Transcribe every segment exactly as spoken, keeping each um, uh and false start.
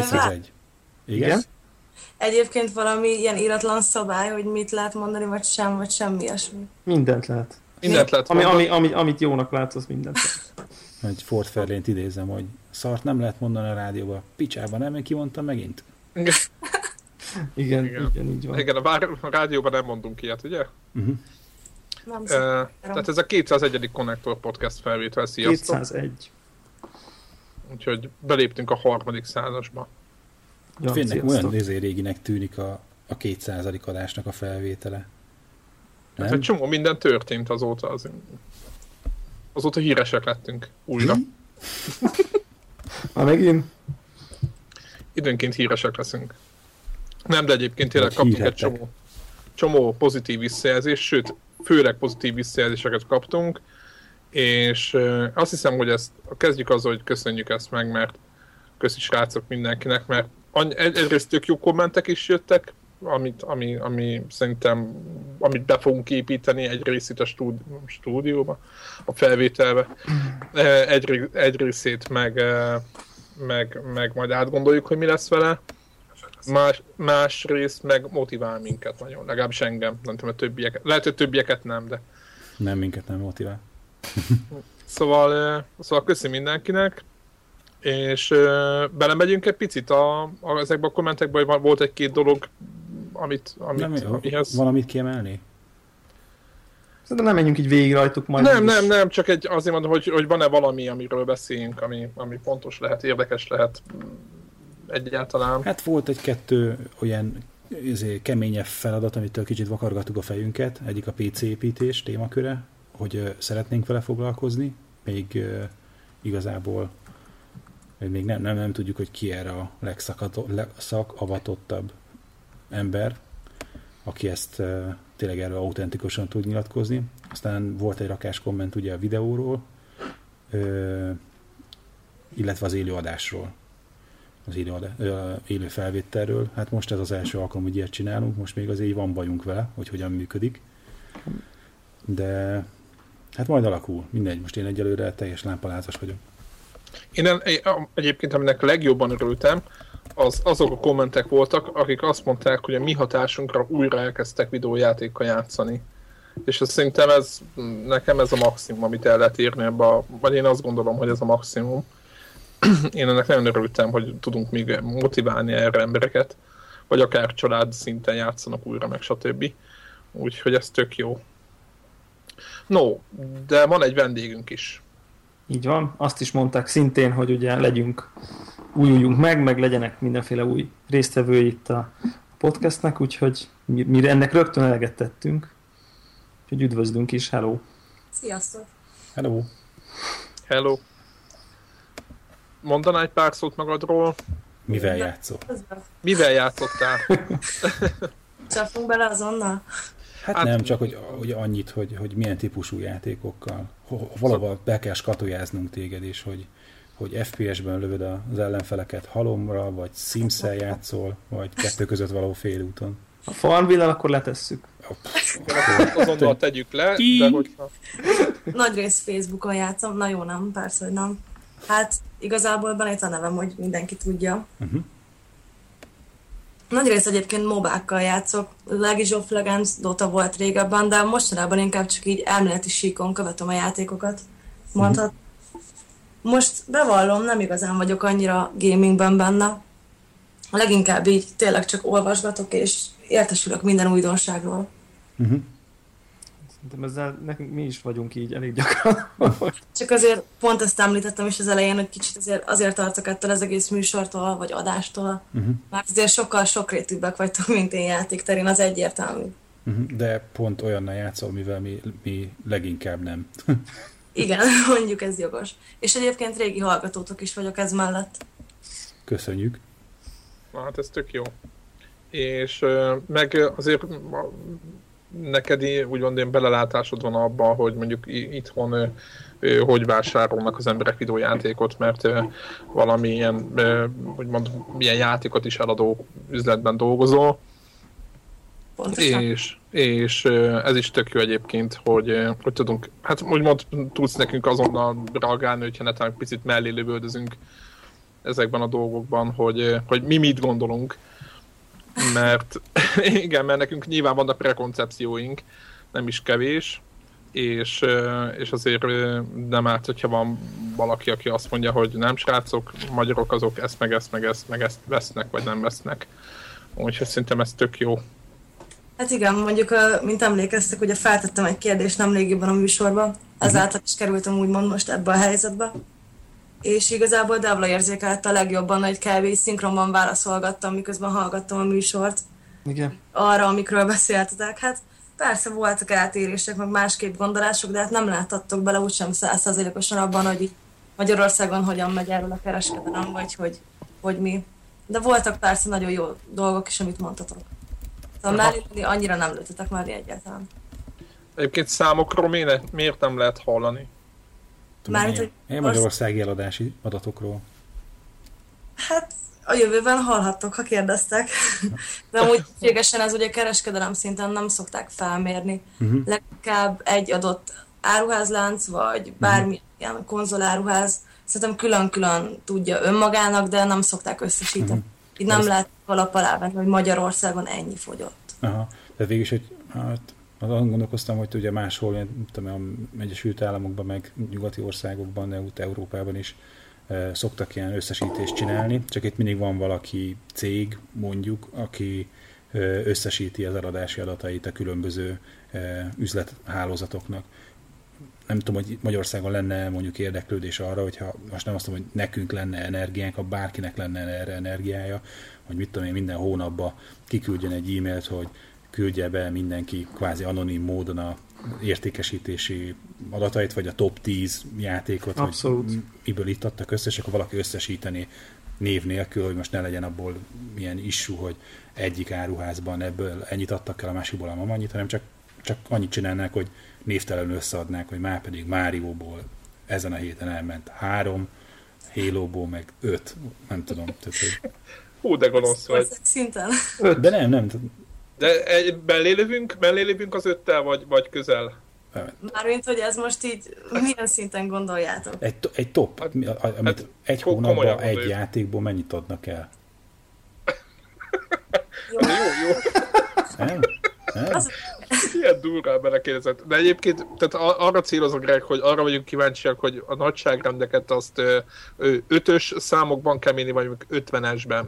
kétszázegy. Igen? Igen? Egyébként valami ilyen íratlan szabály, hogy mit lehet mondani, vagy sem, vagy semmi ilyesmi. Mindent lehet. Mindent lehet ami, ami, ami, amit jónak látsz, az mindent lehet. Egy Ford Fairlane-t idézem, hogy szart nem lehet mondani a rádióba. Picsában nem, én kimondtam megint. Igen, igen, igen, így van. Igen, a, bár, a rádióban nem mondunk ilyet, ugye? Uh-huh. Nem uh, tehát ez a kétszázegyedik Connector Podcast felvétel, sziasztok! kétszázegy. Úgyhogy beléptünk a harmadik százasba. Ja, Fénynek olyan nézé réginek tűnik a, a kétszázadik adásnak a felvétele. Hát egy csomó minden történt azóta. Az, azóta híresek lettünk újra. Ha megint? Időnként híresek leszünk. Nem, de egyébként tényleg kaptunk egy csomó, csomó pozitív visszajelzést, sőt, főleg pozitív visszajelzéseket kaptunk, és uh, azt hiszem, hogy ezt kezdjük azzal, hogy köszönjük ezt meg, mert köszi srácok mindenkinek, mert egy, egyrészt tök jó kommentek is jöttek, amit, ami, ami szerintem, amit be fogunk építeni egy részét a stúdi, stúdióba, a felvételbe. Egy, egy részét meg, meg, meg majd átgondoljuk, hogy mi lesz vele. Más, más rész meg motivál minket nagyon, legalábbis engem, nem tudom, a többieket. Lehet, hogy többieket nem, de... Nem, minket nem motivál. Szóval, szóval köszi mindenkinek, és belemegyünk egy picit a, a, ezekben a kommentekben, hogy volt egy-két dolog, amit, amit nem, amihez... Valamit kiemelni? Szerintem nem menjünk így végig rajtuk majd. Nem, nem, nem, csak egy, azért mondom, hogy, hogy van-e valami, amiről beszéljünk, ami, ami fontos lehet, érdekes lehet egyáltalán. Hát volt egy-kettő olyan ezért, keményebb feladat, amitől kicsit vakargattuk a fejünket. Egyik a pé cé építés témaköre, hogy uh, szeretnénk vele foglalkozni, még uh, igazából még nem, nem, nem tudjuk, hogy ki erre a legszakavatottabb ember, aki ezt uh, tényleg erről autentikusan tud nyilatkozni. Aztán volt egy rakás komment ugye a videóról, uh, illetve az élőadásról, az élő, adá, uh, élő felvételről. Hát most ez az első alkalom, hogy ilyet csinálunk, most még azért van bajunk vele, hogy hogyan működik. De hát majd alakul, mindegy, most én egyelőre teljes lámpalázas vagyok. Én egyébként, aminek legjobban örültem, az, azok a kommentek voltak, akik azt mondták, hogy a mi hatásunkra újra elkezdtek videójátékkal játszani. És azt szerintem ez, nekem ez a maximum, amit el lehet érni ebbe a, vagy én azt gondolom, hogy ez a maximum. Én ennek nagyon örültem, hogy tudunk még motiválni erre embereket, vagy akár család szinten játszanak újra, meg stb. Úgyhogy ez tök jó. No, de van egy vendégünk is. Így van, azt is mondták szintén, hogy ugye legyünk, újuljunk meg, meg legyenek mindenféle új résztvevői itt a podcastnek, úgyhogy mi, mi ennek rögtön eleget tettünk. Úgyhogy üdvözlünk is, hello! Sziasztok! Hello! Hello! Mondanál egy pár szót magadról? Mivel játszol? Mivel játszottál? Csapunk bele azonnal? Hát, hát nem, csak hogy, hogy annyit, hogy, hogy milyen típusú játékokkal. Valahol be kell skatujáznunk téged is, hogy, hogy ef pé es-ben lövöd az ellenfeleket halomra, vagy Sims-szel játszol, vagy kettő között való félúton. A Farmville-el akkor letesszük. Azonnal tegyük le, de hogyha... Nagyrészt Facebookon játszom, na jó, nem, persze, hogy nem. Hát igazából Benét a nevem, hogy mindenki tudja. Uh-huh. Nagyrészt egyébként mobákkal játszok, Legacy of Legends, Dota volt régebben, de mostanában inkább csak így elméleti síkon követem a játékokat, mondhat. Uh-huh. Most bevallom, nem igazán vagyok annyira gamingben benne. Leginkább így tényleg csak olvasgatok, és értesülök minden újdonságról. Uh-huh. Szerintem ezzel nekünk mi is vagyunk így elég gyakran. Csak azért pont ezt említettem is az elején, hogy kicsit azért, azért tartok ettől az egész műsortól, vagy adástól. Uh-huh. Mert azért sokkal sokrétűbbek vagytok, mint én játékterén, az egyértelmű. Uh-huh. De pont olyannal játszol, mivel mi, mi leginkább nem. Igen, mondjuk ez jogos. És egyébként régi hallgatótok is vagyok ez mellett. Köszönjük. Na, hát ez tök jó. És uh, meg azért neked úgymond én belelátásod van abban, hogy mondjuk itthon ö, ö, hogy vásárolnak az emberek videójátékot, mert ö, valami ilyen, ö, úgymond, milyen játékot is eladó üzletben dolgozol. Pontosan. És, és ö, ez is tök jó egyébként, hogy, ö, hogy tudunk, hát úgymond tudsz nekünk azonnal reagálni, hogyha netán picit mellé lövöldözünk ezekben a dolgokban, hogy, hogy mi mit gondolunk. Mert igen, mert nekünk nyilván vannak prekoncepcióink, nem is kevés, és, és azért nem árt, hogyha van valaki, aki azt mondja, hogy nem srácok, magyarok azok ezt meg ezt meg ezt meg ezt vesznek, vagy nem vesznek. Úgyhogy szerintem ez tök jó. Hát igen, mondjuk, mint emlékeztek, ugye feltettem egy kérdést nemrégiben a műsorba, ezáltal is kerültem úgymond most ebbe a helyzetbe. És igazából Devla érzékelte a legjobban, hogy kb. Szinkronban válaszolgattam, miközben hallgattam a műsort. Igen. Arra, amikről beszéltetek. Hát persze voltak eltérések, meg másképp gondolások, de hát nem láthattok bele úgysem százszázalékosan abban, hogy Magyarországon hogyan megy erről a kereskedelem, vagy hogy, hogy mi. De voltak persze nagyon jó dolgok is, amit mondtatok. Szóval mellé annyira nem lőttetek mellé egyáltalán. Egyébként számokról miért, miért nem lehet hallani? Mármint, hogy én magyarországi eladási adatokról. Hát a jövőben hallhattok, ha kérdeztek. De amúgy végesen ez ugye kereskedelem szinten nem szokták felmérni. Uh-huh. Leginkább egy adott áruházlánc, vagy bármilyen uh-huh. konzoláruház szerintem külön-külön tudja önmagának, de nem szokták összesíteni. Uh-huh. Így nem ez... lehet alap alá venni, hogy Magyarországon ennyi fogyott. Aha, de végülis, hogy hát, azon gondolkoztam, hogy ugye máshol, tudom, a Egyesült Államokban, meg nyugati országokban, Európában is e, szoktak ilyen összesítést csinálni, csak itt mindig van valaki cég, mondjuk, aki e, összesíti az eladási adatait a különböző e, üzlethálózatoknak. Nem tudom, hogy Magyarországon lenne mondjuk érdeklődés arra, hogyha most nem azt mondom, hogy nekünk lenne energiánk, ha bárkinek lenne erre energiája, hogy mit tudom én, minden hónapban kiküldjen egy e-mailt, hogy küldje be mindenki kvázi anonim módon a értékesítési adatait, vagy a top tíz játékot, abszolút. Hogy miből itt adtak össze, és akkor valaki összesíteni név nélkül, hogy most ne legyen abból ilyen issue, hogy egyik áruházban ebből ennyit adtak el, a másikból a annyit, hanem csak, csak annyit csinálnák, hogy névtelenül összeadnák, hogy már pedig Márióból ezen a héten elment három, Halo-ból meg öt, nem tudom. Tehát, hogy... Hú, de gonosz vagy. Szinten. Öt. De nem, nem. De mellé lövünk, mellé lövünk az öttel, vagy, vagy közel? Mármint, hogy ez most így milyen szinten gondoljátok? Egy, egy top, hát, amit hát, egy hónapban egy mondjuk. Játékból mennyit adnak el? Jó, jó. jó. Nem? Nem? Az... Ilyen durrán belekérdezett. De egyébként tehát arra célozok, Greg, hogy arra vagyunk kíváncsiak, hogy a nagyságrendeket azt ö, ö, ötös számokban kell mérni, vagy ötvenesben.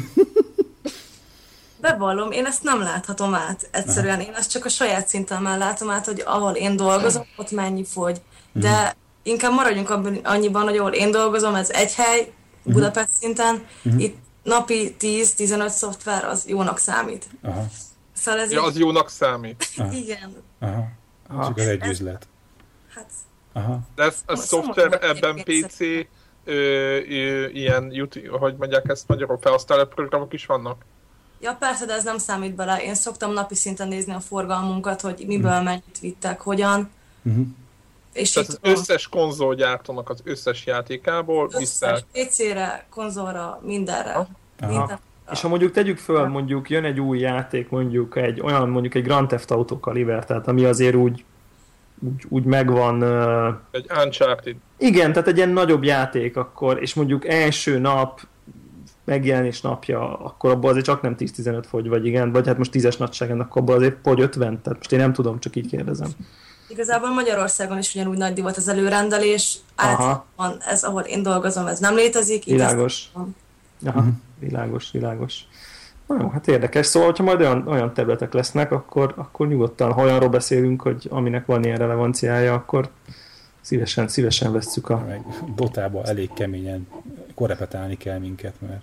Bevallom, én ezt nem láthatom át egyszerűen. Én ezt csak a saját szintemben látom át, hogy ahol én dolgozom, ott mennyi fogy. De inkább maradjunk abban, annyiban, hogy ahol én dolgozom, ez egy hely, Budapest szinten, itt napi tíz-tizenöt szoftver az jónak számít. Aha. Szóval ez ja, az jónak számít. Aha. Igen. Aha. Csak az egy üzlet. Hát... Aha. De ez a szoftver ebben pé cé, ö, ö, ilyen, YouTube, hogy mondják ezt magyarul, felhasználó programok is vannak? Ja, persze, de ez nem számít bele. Én szoktam napi szinten nézni a forgalmunkat, hogy miből uh-huh. mennyit vittek, hogyan. Uh-huh. És tehát az összes konzolgyártónak az összes játékából összes pé cére, konzolra, mindenre. Minden. És ha mondjuk tegyük föl, mondjuk jön egy új játék, mondjuk egy olyan, mondjuk egy Grand Theft Auto Kaliber, tehát ami azért úgy, úgy, úgy megvan... Uh... Egy Uncharted. Igen, tehát egy ilyen nagyobb játék akkor, és mondjuk első nap, megjelenés napja, akkor abban azért csak nem tíz-tizenöt fogy, vagy igen, vagy hát most tízes nagyságen, akkor abban azért fogy ötven, tehát most én nem tudom, csak így kérdezem. Igazából Magyarországon is ugyanúgy nagy divat az előrendelés, általában ez, ahol én dolgozom, ez nem létezik. Világos. Aha, világos, világos. Na jó, hát érdekes. Szóval, hogyha majd olyan, olyan területek lesznek, akkor, akkor nyugodtan, ha olyanról beszélünk, hogy aminek van ilyen relevanciája, akkor szívesen, szívesen vesszük a... Dotában elég keményen korrepetálni kell minket, mert...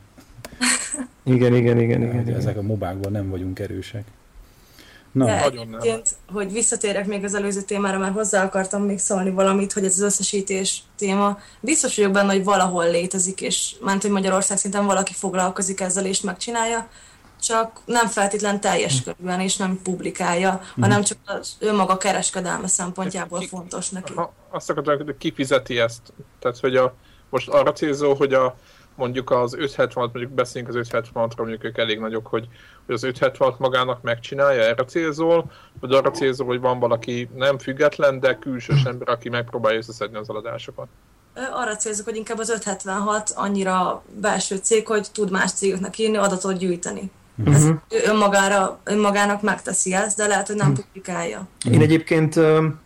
igen, igen, igen, igen, igen. Ezek a mobákban nem vagyunk erősek. Na, de egyébként, hogy visszatérek még az előző témára, mert hozzá akartam még szólni valamit, hogy ez az összesítés téma. Biztos vagyok benne, hogy valahol létezik, és ment, hogy Magyarország szinten valaki foglalkozik ezzel és megcsinálja, csak nem feltétlen teljes körülön, és nem publikálja, mm. hanem csak az önmaga kereskedelme szempontjából ki, fontos neki. Ha, azt akartam, hogy ki fizeti ezt? Tehát, hogy a, most arra célzó, hogy a mondjuk az ötszázhetvanat, mondjuk beszéljünk az ötszázhetvanatról, mondjuk ők elég nagyok, hogy, hogy az ötszázhetvanat magának megcsinálja, erre célzol, vagy arra célzol, hogy van valaki nem független, de külsős ember, aki megpróbálja összeszedni az eladásokat. Arra célzok, hogy inkább az ötszázhetvenhat annyira belső cég, hogy tud más cégeknek írni, adatot gyűjteni. Uh-huh. Ez önmagára, önmagának megteszi ezt, de lehet, hogy nem publikálja. Én egyébként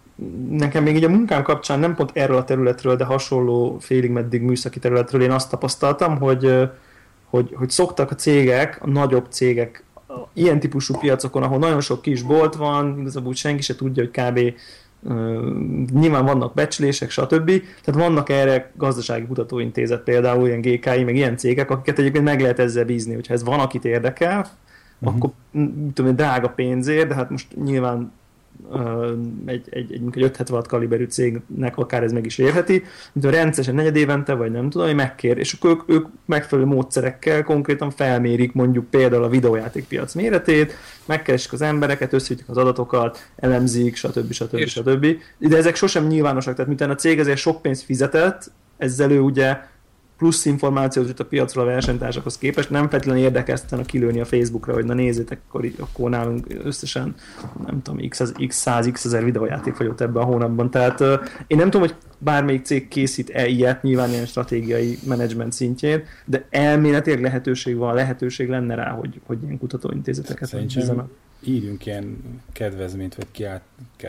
nekem még így a munkám kapcsán nem pont erről a területről, de hasonló félig meddig műszaki területről én azt tapasztaltam, hogy, hogy, hogy szoktak a cégek, a nagyobb cégek ilyen típusú piacokon, ahol nagyon sok kis bolt van, igazából senki se tudja, hogy kb. Uh, nyilván vannak becslések, stb. Tehát vannak erre gazdasági kutatóintézet, például ilyen gé ká i, meg ilyen cégek, akiket egyébként meg lehet ezzel bízni, hogyha ez van, akit érdekel, uh-huh. akkor tudom, drága pénzért, de hát most nyilván uh, egy, egy, egy, egy ötszázhetvenhat kaliberű cégnek akár ez meg is érheti, mint a rendszeresen negyedévente, vagy nem tudom, hogy megkér, és akkor ők, ők megfelelő módszerekkel konkrétan felmérik mondjuk például a videójátékpiac méretét, megkeresik az embereket, összegyűjtik az adatokat, elemzik, stb. stb. stb. De ezek sosem nyilvánosak, tehát miután a cég ezért sok pénzt fizetett, ezzel ő ugye plusz információt jut a piacról a versenytársakhoz képest, nem feltétlenül érdekezten a kilőni a Facebookra, hogy na nézzétek, akkor, akkor nálunk összesen, nem tudom, x száz, x ezer videójáték fogyott ebben a hónapban. Tehát uh, én nem tudom, hogy bármelyik cég készít-e ilyet, nyilván ilyen stratégiai menedzsment szintjén, de elméletileg lehetőség van, lehetőség lenne rá, hogy, hogy ilyen kutatóintézeteket bízanak. Írjunk ilyen kedvezményt, vagy kiált,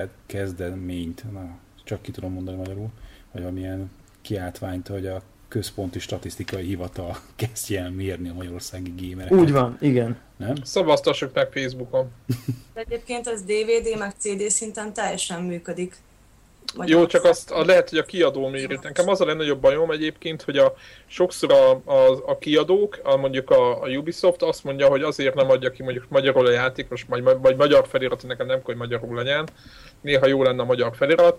kezdeményt, na, csak ki tudom mondani magyarul, vagy valamilyen kiáltványt, hogy a központi statisztikai hivatal kezdje el mérni a magyarországi gémereket. Úgy van, igen. Nem? Szavaztassuk meg Facebookon. De egyébként ez dé vé dé meg cé dé szinten teljesen működik. Jó, csak azt a, lehet, hogy a kiadó méri. Nekem az a legnagyobb bajom egyébként, hogy a, sokszor a, a, a kiadók, a, mondjuk a, a Ubisoft azt mondja, hogy azért nem adja ki mondjuk magyarul a játékos, vagy, vagy magyar felirat, nekem nem kell, hogy magyarul legyen. Néha jó lenne a magyar felirat,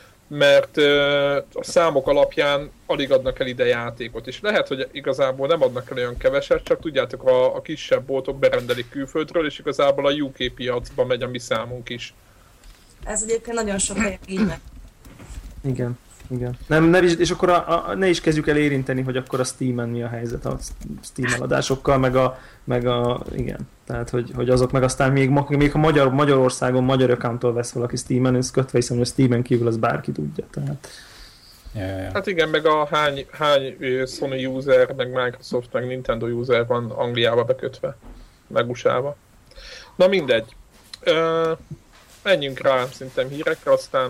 mert uh, a számok alapján alig adnak el ide játékot, és lehet, hogy igazából nem adnak el olyan keveset, csak tudjátok, a, a kisebb boltok berendelik külföldről, és igazából a u ká piacba megy a mi számunk is. Ez egyébként nagyon sok helyen így meg. Igen, igen. Nem, nem is, és akkor a, a, ne is kezdjük el érinteni, hogy akkor a Steam-en mi a helyzet a Steam eladásokkal, meg a, meg a igen. Tehát, hogy, hogy azok meg aztán még, még ha Magyar, Magyarországon magyar account-tól vesz valaki Steam-en, ez kötve hiszem, hogy a Steam-en kívül az bárki tudja. Tehát... Ja, ja, ja. Hát igen, meg a hány, hány Sony user, meg Microsoft, meg Nintendo user van Angliába bekötve, meg u es á-ba. Na mindegy. Ö, menjünk rá szerintem hírekre, aztán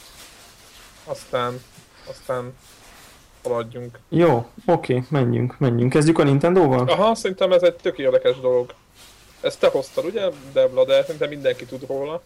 aztán aztán haladjunk. Jó, oké, menjünk, menjünk. Kezdjük a Nintendo-val? Aha, szerintem ez egy tök érdekes dolog. Ezt te hoztad, ugye, Debla, de szerintem mindenki tud róla,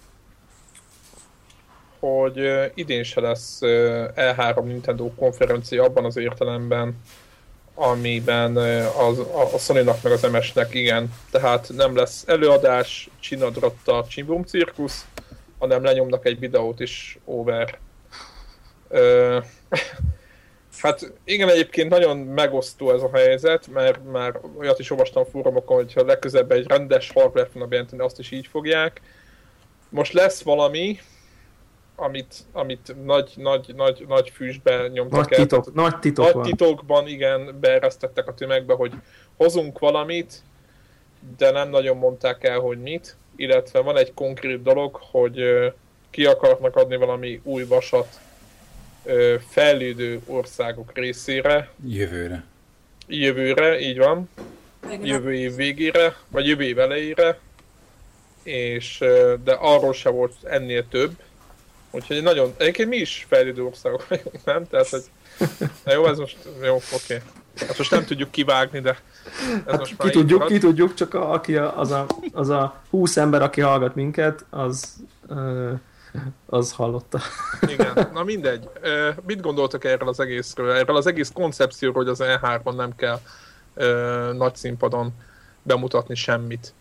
hogy uh, idén se lesz uh, E három Nintendo konferencia abban az értelemben, amiben uh, az, a, a Sony-nak meg az em es-nek igen. Tehát nem lesz előadás, csinadratta, csimbum cirkusz, hanem lenyomnak egy videót is over. Uh, Hát igen, egyébként nagyon megosztó ez a helyzet, mert már olyat is olvastam fórumokon, hogyha legközelebb egy rendes hardware fognak bejelenteni, azt is így fogják. Most lesz valami, amit, amit nagy, nagy, nagy, nagy füstbe nyomtak nagy titok, el. Nagy titok Nagy van. titokban, igen, beeresztettek a tömegbe, hogy hozunk valamit, de nem nagyon mondták el, hogy mit. Illetve van egy konkrét dolog, hogy ki akarnak adni valami új vasat fejlődő országok részére. Jövőre. Jövőre, így van. Jövő év végére, vagy jövő év elejére. És, de arról se volt ennél több. Úgyhogy nagyon, egyébként mi is fejlődő országok vagyunk, nem? Tehát, hogy na jó, ez most, jó, oké. Okay. Ezt most nem tudjuk kivágni, de ez hát most ki tudjuk, ki tudjuk, csak a, aki a, az, a, az a húsz ember, aki hallgat minket, az... Uh... az hallotta. Igen, na mindegy. Mit gondoltak erről az egészről? Erről az egész koncepcióról, hogy az E háromon nem kell ö, nagy színpadon bemutatni semmit?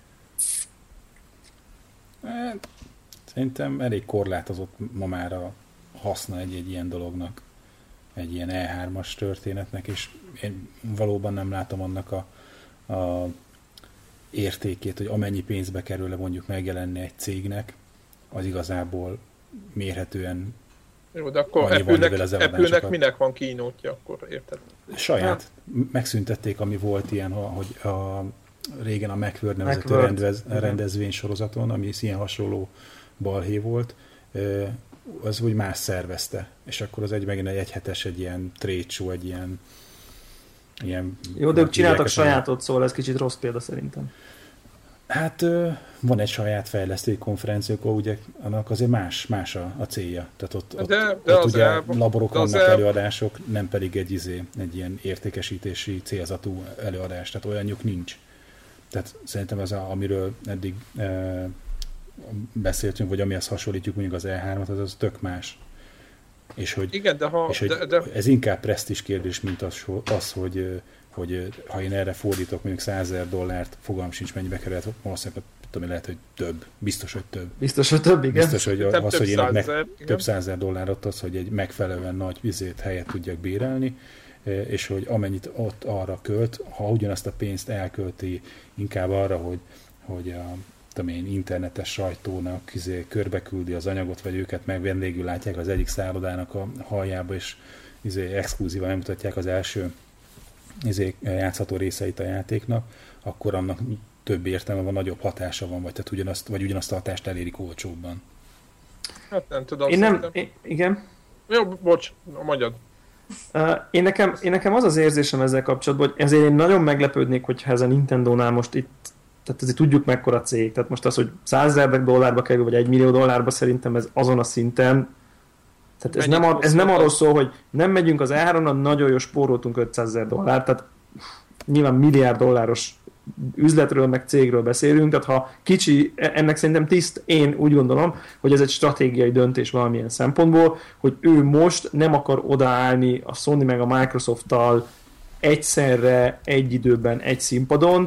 Szerintem elég korlátozott ma már a haszna egy-egy ilyen dolognak, egy ilyen E hármas történetnek, és én valóban nem látom annak a, a értékét, hogy amennyi pénzbe kerül mondjuk megjelenni egy cégnek, az igazából mérhetően. Jó, de akkor Apple-nek minek van kínótja, akkor érted? Saját. Hát. Megszüntették, ami volt ilyen, hogy a, régen a Macworld nevezető Macworld. rendez, rendezvény sorozaton, ami ilyen hasonló balhé volt. az úgy más szervezte, és akkor az egy megint egy egyhetes, egy ilyen trade show, egy ilyen, ilyen jó, de ők csináltak sajátot, szóval ez kicsit rossz példa szerintem. Hát van egy saját fejlesztői konferenciák, ugye annak azért más, más a, a célja. Tehát ott, ott, de, de ott ugye el, laborok vannak, el... előadások, nem pedig egy, izé, egy ilyen értékesítési célzatú előadás, tehát olyanjuk nincs. Tehát szerintem ez, a, amiről eddig e, beszéltünk, vagy amihez hasonlítjuk mondjuk az E hármat, az, az tök más. És hogy, igen, de ha, és hogy de, de... ez inkább presztízs kérdés, mint az, az hogy hogy ha én erre fordítok mondjuk százezer dollárt, fogalmam sincs mennyibe került, valószínűleg tudom, lehet, hogy több. Biztos, hogy több. Biztos, hogy több, igen. Biztos, hogy az, az hogy én százezer, meg, több százezer dollárot az, hogy egy megfelelően nagy vizét helyet tudjak bérelni, és hogy amennyit ott arra költ, ha ugyanazt a pénzt elkölti inkább arra, hogy, hogy a tudom én, internetes sajtónak izé, körbeküldi az anyagot, vagy őket meg vendégül látják az egyik szállodának a halljába, és izé, exkluzívan nem mutatják az első izé, játszható részeit a játéknak, akkor annak több értelme van, nagyobb hatása van, vagy, tehát ugyanazt, vagy ugyanazt a hatást elérik olcsóbban. Hát nem tudom. Én nem, én, igen. Jó, bocs, mondjad. Uh, én, nekem, én nekem az az érzésem ezzel kapcsolatban, hogy ezért én nagyon meglepődnék, hogyha ez a Nintendónál most itt, tehát azért tudjuk mekkora cég, tehát most az, hogy százezer dollárba kerül, vagy egy millió dollárba, szerintem ez azon a szinten. Tehát ez nem, ez nem arról szól, hogy nem megyünk az E háromra, nagyon jó, spóroltunk ötszázezer dollárt, tehát nyilván milliárd dolláros üzletről, meg cégről beszélünk, tehát ha kicsi, ennek szerintem tiszt, én úgy gondolom, hogy ez egy stratégiai döntés valamilyen szempontból, hogy ő most nem akar odaállni a Sony meg a Microsofttal egyszerre, egy időben, egy színpadon,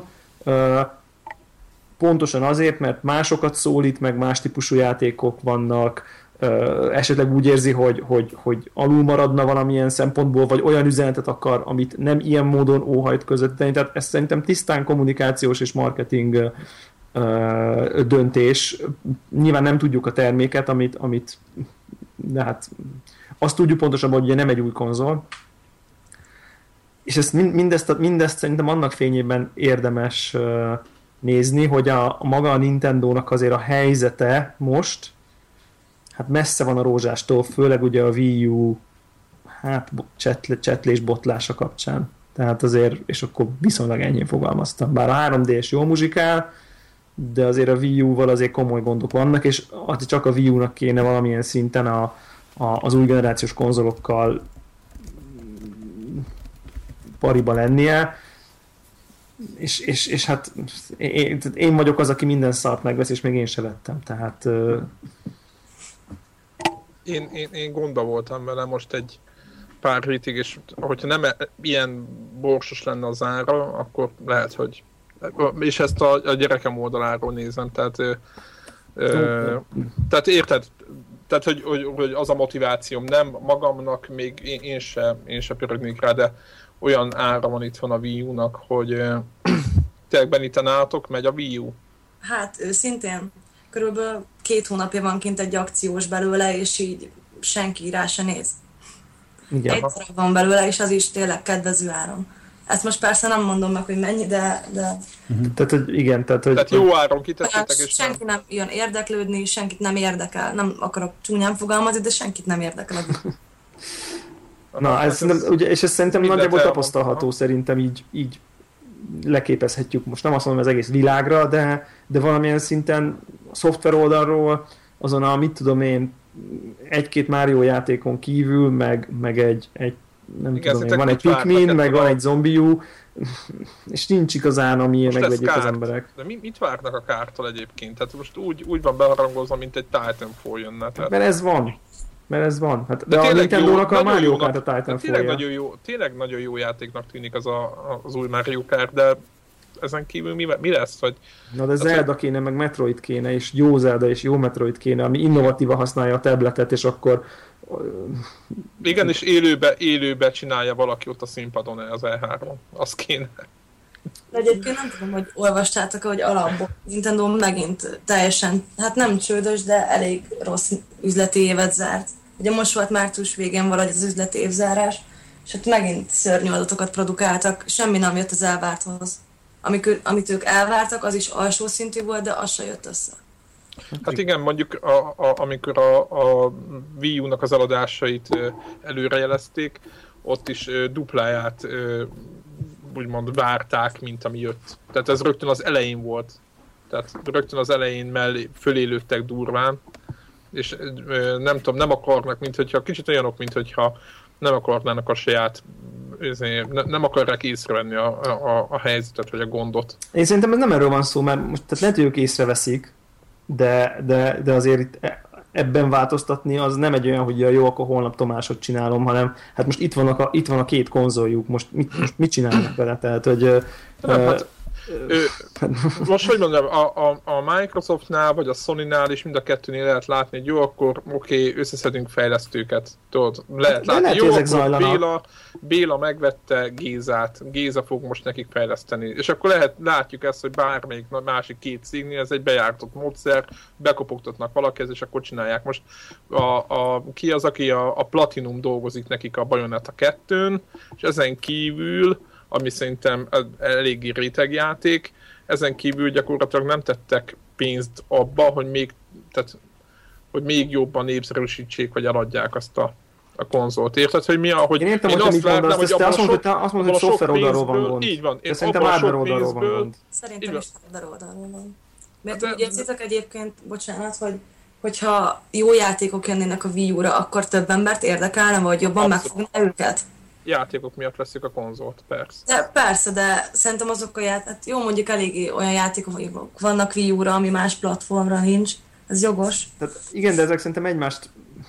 pontosan azért, mert másokat szólít, meg más típusú játékok vannak, esetleg úgy érzi, hogy, hogy, hogy alul maradna valamilyen szempontból, vagy olyan üzenetet akar, amit nem ilyen módon óhajt közvetíteni. Tehát ez szerintem tisztán kommunikációs és marketing döntés. Nyilván nem tudjuk a terméket, amit, amit de hát azt tudjuk pontosabban, hogy ugye nem egy új konzol. És ezt mindezt, mindezt szerintem annak fényében érdemes nézni, hogy a, a maga a Nintendónak azért a helyzete most hát messze van a rózsástól, főleg ugye a Wii U hát csetle, csetlés botlása kapcsán. Tehát azért, és akkor viszonylag ennyien fogalmaztam. Bár a három dé-s jól muzsikál, de azért a Wii U-val azért komoly gondok vannak, és csak a Wii U-nak kéne valamilyen szinten a, a, az új generációs konzolokkal pariba lennie, és, és, és hát én, én vagyok az, aki minden szart megvesz, és még én se vettem. Tehát Én, én, én gondba voltam vele most egy pár hétig, és hogyha nem ilyen borsos lenne az ára, akkor lehet, hogy... És ezt a, a gyerekem oldaláról nézem, tehát... Ö, ö, tehát érted? Tehát, hogy, hogy, hogy az a motivációm, nem magamnak, még én, én se, én se pörögnék rá, de olyan ára van itt van a Wii U-nak, hogy ö, tényleg benítenátok, megy a Wii U? Hát őszintén, körülbelül két hónapja van kint egy akciós belőle, és így senki rá se néz. Igen. Egyszer van belőle, és az is tényleg kedvező áron. Ezt most persze nem mondom meg, hogy mennyi, de... de... Uh-huh. Tehát, hogy igen, tehát, hogy... Tehát jó áron kitettétek, és senki nem jön érdeklődni, senkit nem érdekel. Nem akarok csúnyán fogalmazni, de senkit nem érdekel. Na, ez, ez nem, ugye, és ez szerintem nagyjából tapasztalható, szerintem így, így leképezhetjük most. Nem azt mondom az egész világra, de, de valamilyen szinten a szoftver oldalról azon a, mit tudom én, egy-két Mario játékon kívül, meg, meg egy, egy nem igen, tudom én, van egy Pikmin, meg van egy Zombiu, és nincs igazán, ami megvegyék az emberek. De mi, mit várnak a kártól egyébként? Tehát most úgy, úgy van beharangozva, mint egy Titanfall jönne. Tehát... Mert ez van. Mert ez van. Hát, de, de a Nintendo-nak a Mario Kart a Titanfall-ja. Tényleg nagyon, jó, tényleg nagyon jó játéknak tűnik az a, az új Mario Kart, de ezen kívül mi, mi lesz? Hogy na de Zelda hogy... kéne, meg Metroid kéne, és jó Zelda és jó Metroid kéne, ami innovatíva használja a tabletet, és akkor... Igen, és élőbe, élőbe csinálja valaki ott a színpadon az E három. Az kéne. De egyébként nem tudom, hogy olvastátok, hogy alapból Nintendo megint teljesen, hát nem csődös, de elég rossz üzleti évet zárt. Ugye most volt március végén valahogy az üzleti évzárás, és hát megint szörnyű adatokat produkáltak, semmi nem jött az elvárthoz. Amik, amit ők elvártak, az is alsó szintű volt, de az se jött össze. Hát igen, mondjuk a, a, amikor a, a Wii U-nak az eladásait előrejelezték, ott is dupláját úgymond várták, mint ami jött. Tehát ez rögtön az elején volt. Tehát rögtön az elején mellé fölé lőttek durván, és nem tudom, nem akarnak, mint hogyha kicsit olyanok, mint hogyha nem akarnának a saját, nem akarják észrevenni a, a, a helyzetet, vagy a gondot. Én szerintem ez nem erről van szó, mert most tehát lehet, hogy ők észreveszik, de, de, de azért itt ebben változtatni az nem egy olyan, hogy ja, jó, akkor holnap Tomásot csinálom, hanem hát most itt, vannak a, itt van a két konzoljuk, most mit, most mit csinálnak vele? Tehát, hogy... Nem, uh, hát, ő, most hogy mondjam, a, a, a Microsoftnál vagy a Sonynál is mind a kettőnél lehet látni, hogy jó, akkor oké, okay, összeszedünk fejlesztőket. Tudod, lehet látni, lehet, jó, akkor Béla, Béla megvette Gézát, Géza fog most nekik fejleszteni. És akkor lehet, látjuk ezt, hogy bármelyik másik két cégnél ez egy bejártott módszer, bekopogtatnak valakihez, és akkor csinálják. Most a, a, ki az, aki a, a Platinum dolgozik nekik a Bayonetta kettőn, és ezen kívül ami szerintem eléggé rétegjáték. Ezen kívül gyakorlatilag nem tettek pénzt abba, hogy még, tehát, hogy még jobban népszerűsítsék, vagy eladják azt a, a konzolt. Érted, hogy mi a, hogy én értem, én azt várnám, hogy abban azt mondod, sok, azt mondod, hogy szoftver oldalról van gond. Így van. Én szerintem hardware oldalról van gond. Szerintem is hardware oldalról van. Mert hát, úgy érzitek egyébként, bocsánat, hogy hogyha jó játékok jönnének a Wii U-ra, akkor több embert érdekelne, vagy jobban megfogná őket? Játékok miatt veszik a konzolt, persze. De persze, de szerintem azok a játék, hát jó, mondjuk eléggé olyan játékok vannak Wii U-ra, ami más platformra nincs, ez jogos. Tehát igen, de ezek szerintem egymást...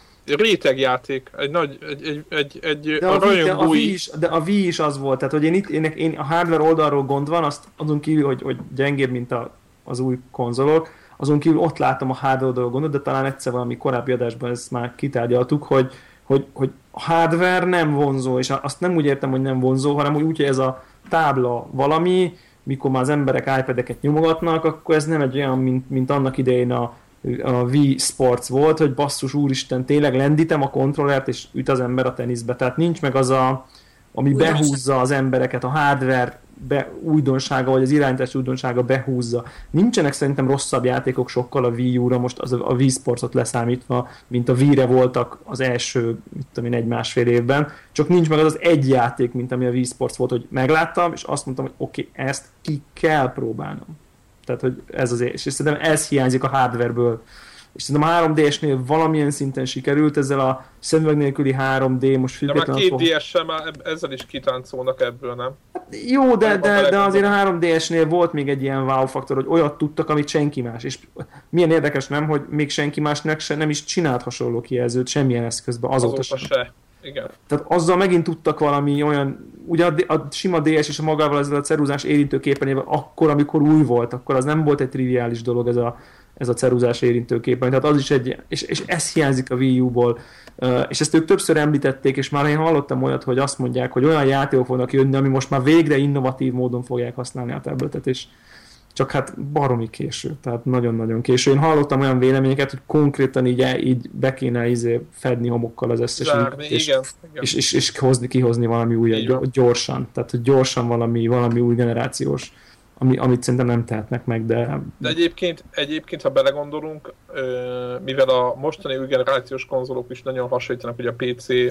Rétegjáték, egy nagy, egy, egy, egy, egy de a, a, de, a Wii is, de a Wii is az volt, tehát hogy én itt, én, én a hardware oldalról gond van, azt azon kívül, hogy, hogy gyengébb, mint a, az új konzolok, azon kívül ott látom a hardware oldalról gondot, de talán egyszer valami korábbi adásban ezt már kitárgyaltuk, hogy hogy, hogy a hardware nem vonzó, és azt nem úgy értem, hogy nem vonzó, hanem úgy, hogy ez a tábla valami, mikor már az emberek iPad-eket nyomogatnak, akkor ez nem egy olyan, mint, mint annak idején a, a Wii Sports volt, hogy basszus úristen, tényleg lendítem a kontrollert, és üt az ember a teniszbe. Tehát nincs meg az a, ami behúzza az embereket, a hardware be, újdonsága, vagy az irányítás újdonsága behúzza. Nincsenek szerintem rosszabb játékok sokkal a Wii U-ra, most az a Wii Sportsot leszámítva, mint a Wii-re voltak az első, mit tudom én, egy-másfél évben, csak nincs meg az az egy játék, mint ami a Wii Sports volt, hogy megláttam, és azt mondtam, hogy oké, okay, ezt ki kell próbálnom. Tehát, hogy ez az, és szerintem ez hiányzik a hardwareből. És szerintem a három dé-esnél valamilyen szinten sikerült, ezzel a szemüveg nélküli három dé most függetlenül... De már két dé es sem, ezzel is kitáncolnak ebből, nem? Hát jó, de, de, de azért a három dé-esnél volt még egy ilyen wow faktor, hogy olyat tudtak, amit senki más. És milyen érdekes nem, hogy még senki másnak se, nem is csinált hasonló kijelzőt semmilyen eszközben, azóta, azóta sem. Se. Igen. Tehát azzal megint tudtak valami olyan, ugye a, a sima dé es és a magával ezzel a ceruzás érintőképernyővel akkor, amikor új volt, akkor az nem volt egy triviális dolog ez a ez a ceruzás érintőképen. Tehát az is egy, és, és ez hiányzik a Wii U-ból. Uh, és ezt ők többször említették, és már én hallottam olyat, hogy azt mondják, hogy olyan játékok fognak jönni, ami most már végre innovatív módon fogják használni a tabletet, és csak hát baromi késő, tehát nagyon-nagyon késő. Én hallottam olyan véleményeket, hogy konkrétan így, így be kéne izé fedni homokkal az összes Zárni, és, igen, igen. És, és, és hozni, kihozni valami újat gyorsan. Tehát, hogy gyorsan valami, valami új generációs, Ami, amit szerintem nem tehetnek meg, de... De egyébként, egyébként ha belegondolunk, mivel a mostani új generációs konzolok is nagyon hasonlítanak ugye a pé cé,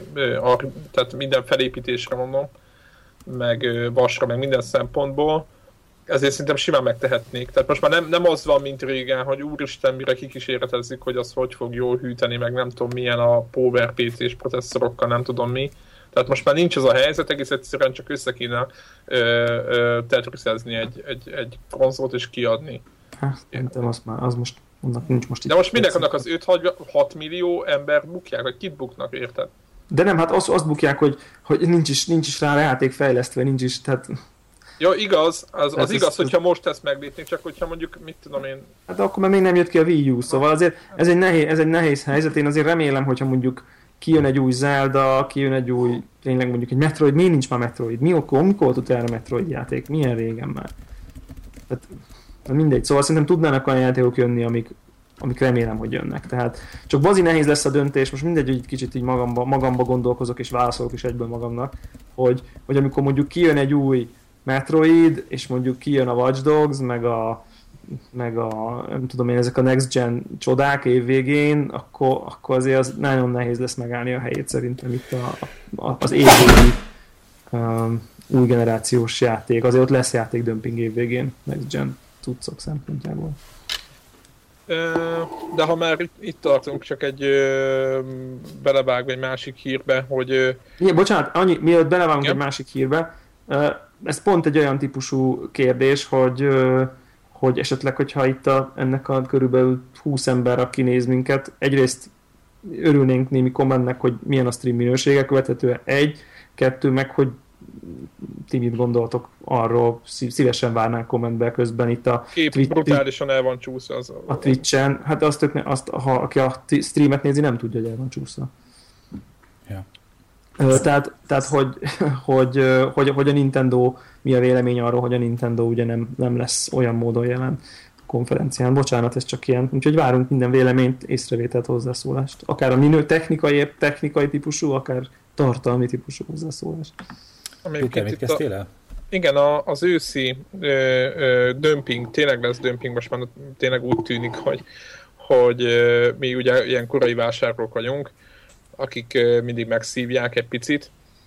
tehát minden felépítésre mondom, meg vasra, meg minden szempontból, ezért szerintem simán megtehetnék. Tehát most már nem, nem az van, mint régen, hogy úristen, mire kikísérletezzük, hogy az hogy fog jól hűteni, meg nem tudom milyen a Power pé cés processzorokkal, nem tudom mi. Tehát most már nincs az a helyzet, egész egyszerűen csak össze kéne tetriszezni egy, egy, egy konzolt és kiadni. Hát, szerintem az már, az most, annak nincs most itt. De most minek annak az öt-hat millió ember bukják, vagy kit buknak, érted? De nem, hát azt, azt bukják, hogy, hogy nincs, is, nincs is rá játék fejlesztve, nincs is, tehát... Ja, igaz, az, az igaz, ez, hogyha most ezt meglépnék, csak hogyha mondjuk, mit tudom én... Hát akkor már még nem jött ki a Wii U, szóval azért ez egy nehéz, ez egy nehéz helyzet, én azért remélem, hogyha mondjuk kijön egy új Zelda, kijön egy új, tényleg mondjuk egy Metroid, miért nincs már Metroid? Mi okol, mikor volt utána Metroid játék? Milyen régen már? Tehát, mindegy, szóval szerintem tudnának olyan játékok jönni, amik, amik remélem, hogy jönnek. Tehát csak bazi nehéz lesz a döntés, most mindegy, hogy kicsit így magamba, magamba gondolkozok és válaszolok is egyből magamnak, hogy, hogy amikor mondjuk kijön egy új Metroid, és mondjuk kijön a Watch Dogs, meg a meg a, nem tudom én, ezek a next gen csodák évvégén, akkor, akkor azért az nagyon nehéz lesz megállni a helyét szerintem itt a, a, az évvégi um, új generációs játék. Azért ott lesz játék dömping évvégén next gen cuccok szempontjából. De ha már itt, itt tartunk, csak egy belevágva egy másik hírbe, hogy... Igen, bocsánat, annyi, mielőtt belevágunk egy másik hírbe, ez pont egy olyan típusú kérdés, hogy, hogy esetleg, hogyha itt a, ennek a körülbelül húsz ember, aki néz minket, egyrészt örülnénk némi kommentnek, hogy milyen a stream minősége, követhetően egy, kettő, meg hogy ti mit gondoltok arról, szívesen várnánk kommentbe közben itt a Kép Twitch, brutálisan el van csúszva az a Twitch-en, hát azt, azt ha, aki a streamet nézi, nem tudja, hogy el van csúszva. Ja. Tehát, tehát hogy, hogy, hogy, hogy a Nintendo, mi a vélemény arról, hogy a Nintendo ugye nem, nem lesz olyan módon jelen a konferencián. Bocsánat, ez csak ilyen. Úgyhogy várunk minden véleményt, észrevételt, hozzászólást. Akár a minő technikai, technikai típusú, akár tartalmi típusú hozzászólást. Péter, mit kezdtél el? Igen, a, az őszi ö, ö, dömping, tényleg lesz dömping, most már tényleg úgy tűnik, hogy, hogy ö, mi ugye ilyen korai vásárlók vagyunk, akik ö, mindig megszívják egy picit.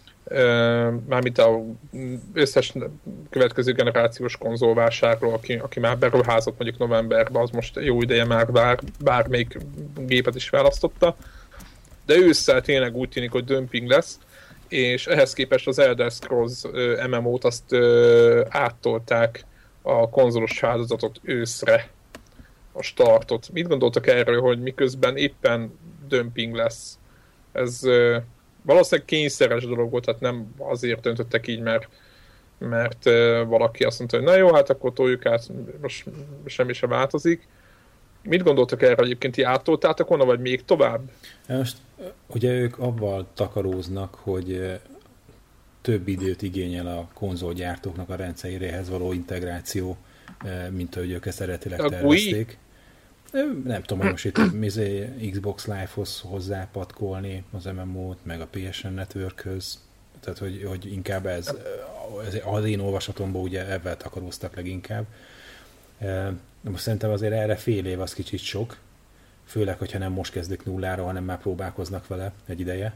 Ö, mármint az összes következő generációs konzolvásárló, aki, aki már beruházott mondjuk novemberben, az most jó ideje már bár, bármelyik gépet is választotta. De ősszel tényleg úgy tűnik, hogy dömping lesz, és ehhez képest az Elder Scrolls em em o-t azt ö, áttolták a konzolos áldozatot őszre, a startot. Mit gondoltak erről, hogy miközben éppen dömping lesz? Ez ö, valószínűleg kényszeres dolog volt, tehát nem azért döntöttek így, mert, mert ö, valaki azt mondta, hogy na jó, hát akkor toljuk át, most semmi sem változik. Mit gondoltak erre egyébként, ti áttoltátok volna, vagy még tovább? Most ugye ők avval takaróznak, hogy több időt igényel a konzolgyártóknak a rendszeréhez való integráció, mint ahogy ők ezt eredetileg tervezték. Nem tudom, hogy most itt Xbox Live-hoz hozzápatkolni az em em o-t, meg a pé es en Network-höz. Tehát, hogy, hogy inkább ez, ez az én olvasatomban ugye ebben takaróztak leginkább. De most szerintem azért erre fél év az kicsit sok, főleg, hogyha nem most kezdik nullára, hanem már próbálkoznak vele egy ideje.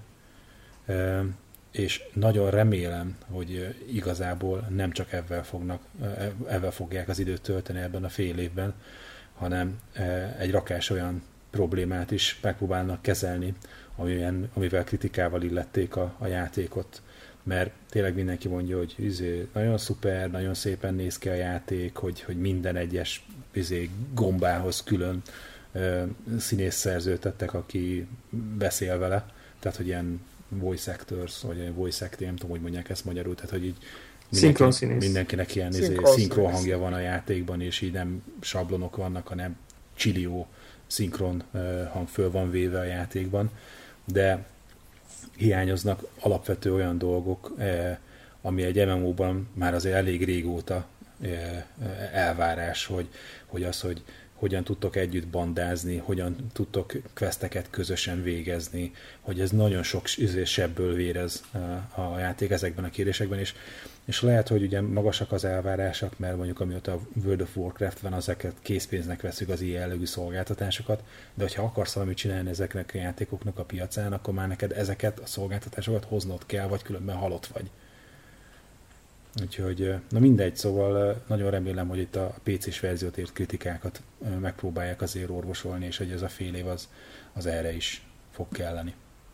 És nagyon remélem, hogy igazából nem csak ebben, fognak, ebben fogják az időt tölteni ebben a fél évben, hanem egy rakás olyan problémát is megpróbálnak kezelni, amilyen, amivel kritikával illették a, a játékot. Mert tényleg mindenki mondja, hogy izé, nagyon szuper, nagyon szépen néz ki a játék, hogy, hogy minden egyes izé, gombához külön ö, színész szerződtettek, aki beszél vele. Tehát, hogy ilyen voice actors, vagy ilyen voice acting, nem tudom, hogy mondják ezt magyarul, tehát, hogy így mindenki, mindenkinek ilyen izé, szinkron hangja van a játékban, és így nem sablonok vannak, hanem csillió szinkron ö, hang föl van véve a játékban. De hiányoznak alapvető olyan dolgok, eh, ami egy em em o-ban már azért elég régóta eh, elvárás, hogy, hogy az, hogy hogyan tudtok együtt bandázni, hogyan tudtok questeket közösen végezni, hogy ez nagyon sok sebből vérez a játék ezekben a kérdésekben, és, és lehet, hogy ugye magasak az elvárások, mert mondjuk amióta a World of Warcraft van, ezeket készpénznek veszük az ilyen jellegű szolgáltatásokat, de hogyha akarsz valamit csinálni ezeknek a játékoknak a piacán, akkor már neked ezeket a szolgáltatásokat hoznod kell, vagy különben halott vagy. Úgyhogy, na mindegy, szóval nagyon remélem, hogy itt a pé cés verziót ért kritikákat megpróbálják azért orvosolni, és hogy ez a fél év az, az erre is fog kelleni.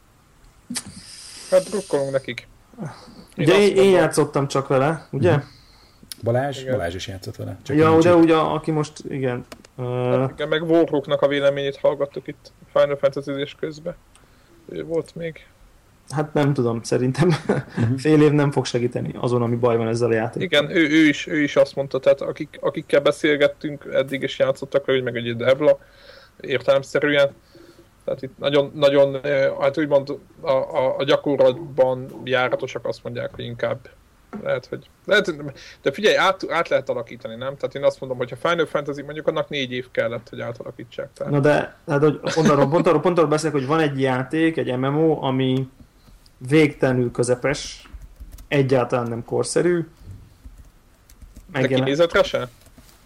Hát drukkolunk nekik. Én, ugye én, én játszottam csak vele, ugye? Mm-hmm. Balázs? Igen. Balázs is játszott vele. Csak ja, de ugye, aki most, igen. Uh... igen, meg Warhawknak a véleményét hallgattuk itt Final Fantasy-zés közben. Ő volt még. Hát nem tudom, szerintem uh-huh. fél év nem fog segíteni azon, ami baj van ezzel a játékkal. Igen, ő, ő, is, ő is azt mondta, tehát akik, akikkel beszélgettünk, eddig is játszottak le, meg egy Devla értelemszerűen. Tehát itt nagyon, nagyon hát úgymond a, a, a gyakorlatban járatosak azt mondják, hogy inkább lehet, hogy... Lehet, de figyelj, át, át lehet alakítani, nem? Tehát én azt mondom, hogy ha Final Fantasy mondjuk annak négy év kellett, hogy átalakítsák. Tehát. Na de, hát, hogy pont arról, pont arról, pont arról beszélek, hogy van egy játék, egy em em o, ami végtelenül közepes, egyáltalán nem korszerű. De kinézetre se?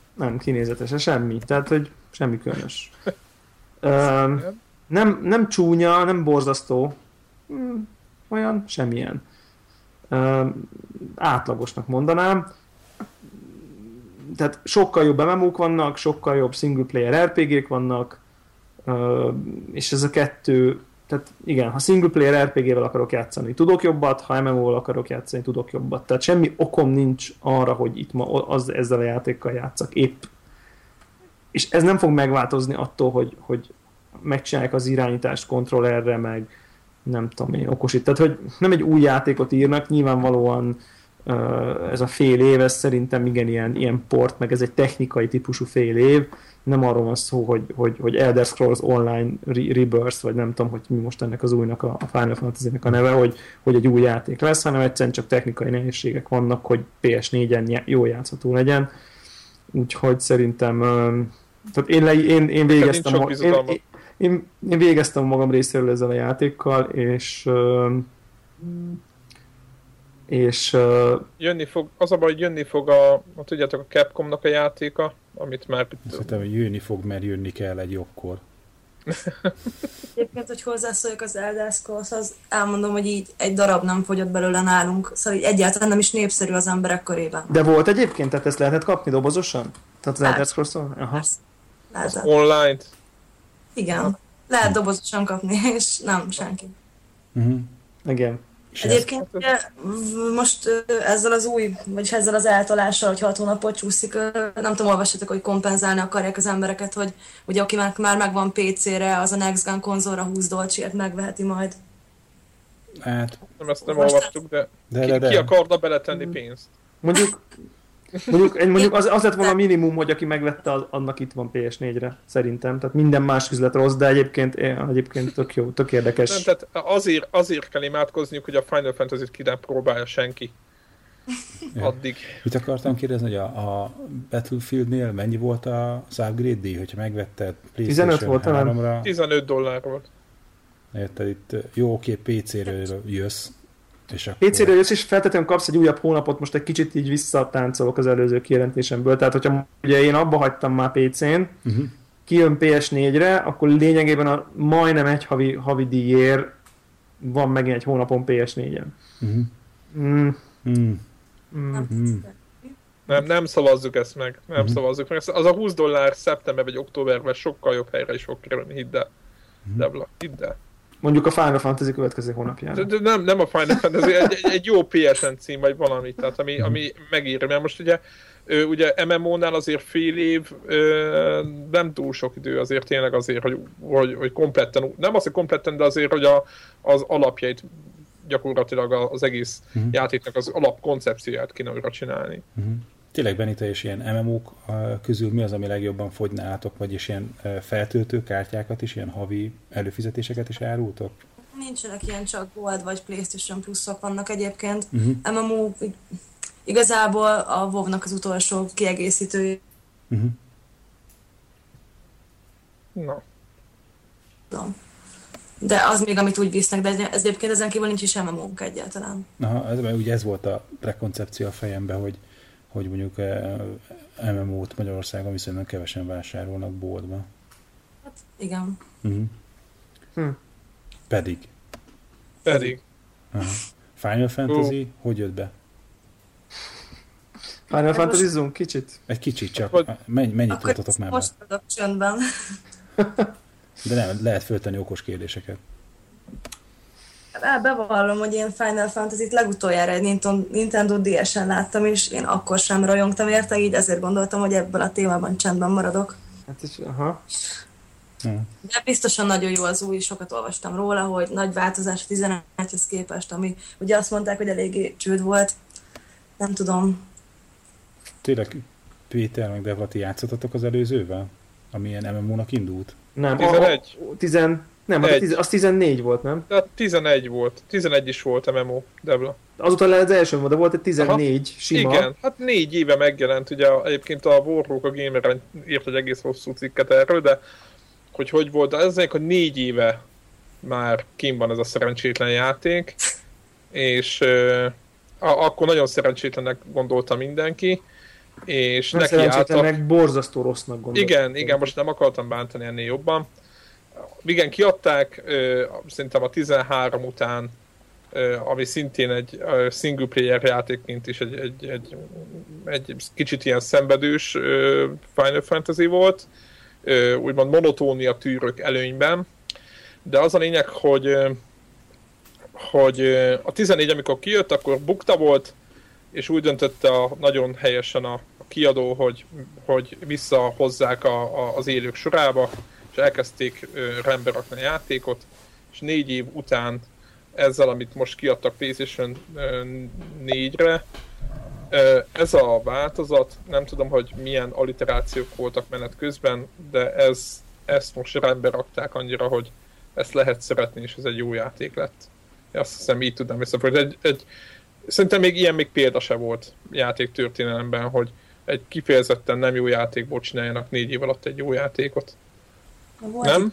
Nem, kinézetesen, semmi. Tehát, hogy semmi különös. Uh, nem, nem csúnya, nem borzasztó. Hmm, olyan, semmilyen. Uh, átlagosnak mondanám. Tehát sokkal jobb em em ó-k vannak, sokkal jobb single player er pé gé-k vannak, uh, és ez a kettő, tehát igen, ha single player er pé gé-vel akarok játszani, tudok jobbat, ha em em ó-val akarok játszani, tudok jobbat. Tehát semmi okom nincs arra, hogy itt ma az, ezzel a játékkal játszak épp. És ez nem fog megváltozni attól, hogy, hogy megcsinálják az irányítást kontrollerre, meg nem tudom én, okosít. Tehát, hogy nem egy új játékot írnak, nyilvánvalóan ez a fél év, ez szerintem igen ilyen, ilyen port, meg ez egy technikai típusú fél év, nem arról van szó, hogy, hogy, hogy Elder Scrolls Online Rebirth, vagy nem tudom, hogy mi most ennek az újnak, a Final Fantasy-nek a neve, hogy, hogy egy új játék lesz, hanem egyszerűen csak technikai nehézségek vannak, hogy pé es négyen jól játszható legyen. Úgyhogy szerintem tehát én, le, én, én, végeztem, ma, én, én, én végeztem magam részéről ezzel a játékkal, és és uh, jönni fog, az a baj, hogy jönni fog a, a tudjátok, a Capcomnak a játéka, amit már... Szerintem, hogy jönni fog, mert jönni kell egy jobbkor. Egyébként, hogy hozzászóljak az Elder Scrolls-hoz, elmondom, hogy így egy darab nem fogyott belőle nálunk, szóval így egyáltalán nem is népszerű az emberek körében. De volt egyébként? Tehát ezt lehetett kapni dobozosan? Tehát az Elder Scrolls-on? Aha. Az online? Igen. Lehet dobozosan kapni, és nem, senki. Uh-huh. Igen. Egyébként most ezzel az új, vagyis ezzel az eltolással, hogy hat hónapot csúszik, nem tudom, olvassatok, hogy kompenzálni akarják az embereket, hogy ugye akinek már megvan pé cére, az a Next Gen konzolra húsz dolcsiért megveheti majd. Hát... Nem, ezt nem most olvastuk, de, de, de, de ki, ki akarna beletenni pénzt? Mondjuk... Mondjuk, mondjuk az, az lett volna a minimum, hogy aki megvette, az, annak itt van pé es négyre, szerintem. Tehát minden más üzlet rossz, de egyébként, egyébként tök jó, tök érdekes. Nem, tehát azért, azért kell imádkozniuk, hogy a Final Fantasy-t ki nem próbálja senki. Ja. Addig. Mit akartam kérdezni, hogy a, a Battlefieldnél mennyi volt az upgrade díj, hogyha megvetted PlayStation háromra? tizenöt dollár volt. Érted, itt jó, oké, pé céről jössz. Akkor... pé cére jössz, és feltétlenül kapsz egy újabb hónapot, most egy kicsit így visszatáncolok az előző kijelentésemből, tehát hogyha ugye én abba hagytam már pé cén, uh-huh. kijön pé es négyre, akkor lényegében a majdnem egy havi, havi díjért van megint egy hónapon pé es négyen. Uh-huh. Mm. Mm. Mm. Mm. Nem, nem szavazzuk ezt meg, nem uh-huh. szavazzuk meg. Az a húsz dollár szeptember vagy októberben sokkal jobb helyre is fog kerülni, hidd el. Uh-huh. Debla, hidd el. Mondjuk a Final Fantasy következő hónapjára. De, de nem, nem a Final Fantasy, egy, egy jó pé es en cím, vagy valami, tehát ami, ami megír. Mert most ugye, ugye em em ó-nál azért fél év nem túl sok idő, azért tényleg azért, hogy, hogy, hogy kompletten, nem az, hogy kompletten, de azért, hogy a, az alapjait gyakorlatilag az egész uh-huh. játéknak az alapkoncepcióját kéne újra csinálni. Uh-huh. Tényleg, Benita, és ilyen em em ó-k közül mi az, ami legjobban fogy nálatok, vagy és ilyen feltöltő kártyákat is, ilyen havi előfizetéseket is árultok? Nincsenek ilyen, csak Gold vagy PlayStation Plus-ok vannak egyébként. Uh-huh. em em ó igazából a WoW-nak az utolsó kiegészítője. Uh-huh. Na. No. De az még, amit úgy visznek, de ez egyébként ezen kívül nincs is em em ó-nk egyáltalán. Aha, ez, ugye ez volt a prekoncepció a fejemben, hogy hogy mondjuk em em ó-t Magyarországon viszonylag kevesen vásárolnak boltba. Hát igen. Uh-huh. Hm. Pedig. Pedig. Aha. Final Fantasy, uh. hogy jött be? Final Fantasy-zunk kicsit? Egy kicsit csak. Menny, mennyit voltatok már? Most adok csöndben. De nem, lehet föltenni okos kérdéseket. Hát bevallom, hogy én Final Fantasy-t legutoljára egy Nintendo dé es-en láttam, és én akkor sem rajongtam érte, így ezért gondoltam, hogy ebből a témában csendben maradok. Hát is, aha. De biztosan nagyon jó az új, sokat olvastam róla, hogy nagy változás a tizenegyhez képest, ami ugye azt mondták, hogy eléggé csőd volt. Nem tudom. Tényleg Péter meg Devla, ti játszottatok az előzővel? Ami ilyen em em ó-nak indult? Nem, tizenegy. A, a, tizen, nem, hát tiz, az tizennégy volt, nem? Tehát tizenegy volt. tizenegy is volt em em ó, Devla. Azután lehet az első, de volt egy tizennégy Aha, sima. Igen, hát négy éve megjelent, ugye egyébként a Warhawk a Gameren írt egy egész hosszú cikket erről, de hogy hogy volt, de ezek, hogy négy éve már kim van ez a szerencsétlen játék, és euh, akkor nagyon szerencsétlennek gondolta mindenki, és nem neki szerencsétlennek borzasztó rossznak gondolom. Igen, igen, most nem akartam bántani ennél jobban. Igen, kiadták, szerintem a tizenhárom után, ami szintén egy single player játékként is egy, egy, egy, egy kicsit ilyen szenvedős Final Fantasy volt, úgymond monotónia tűrök előnyben, de az a lényeg, hogy, hogy a tizennégy, amikor kijött, akkor bukta volt, és úgy döntötte a, nagyon helyesen a, a kiadó, hogy, hogy visszahozzák a, a, az élők sorába, és elkezdték rendbe rakni a játékot, és négy év után ezzel, amit most kiadtak PlayStation négyre, ez a változat, nem tudom, hogy milyen alliterációk voltak menet közben, de ez, ezt most rendbe rakták annyira, hogy ezt lehet szeretni, és ez egy jó játék lett. Azt hiszem, így tudnám visszafordítani. Egy, egy, szerintem még ilyen még példa se volt játék történelemben, hogy egy kifejezetten nem jó játékból csináljanak négy év alatt egy jó játékot. Nem?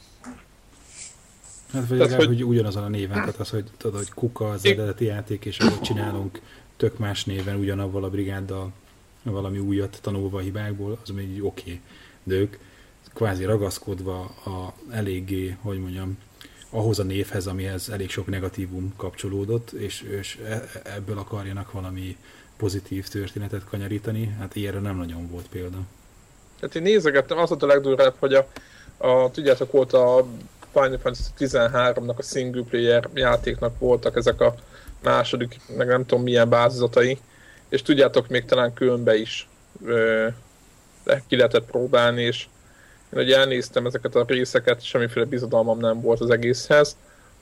Hát vagy legalább, hogy... hogy ugyanazon a néven, tehát az, hogy tudod, hogy Kuka az eredeti játék, és ahogy csinálunk tök más néven ugyanavval a brigáddal valami újat tanulva a hibákból, az még oké. Okay. De ők kvázi ragaszkodva a eléggé, hogy mondjam, ahhoz a névhez, amihez elég sok negatívum kapcsolódott, és, és ebből akarjanak valami pozitív történetet kanyarítani, hát ilyenre nem nagyon volt példa. Hát én nézegettem, az volt a legdurvább, hogy a, a tudjátok, volt a Final Fantasy tizenháromnak a single player játéknak voltak ezek a második, meg nem tudom milyen bázizatai, és tudjátok, még talán különbe is ö, ki lehetett próbálni, és én ugye elnéztem ezeket a részeket, semmiféle bizodalmam nem volt az egészhez,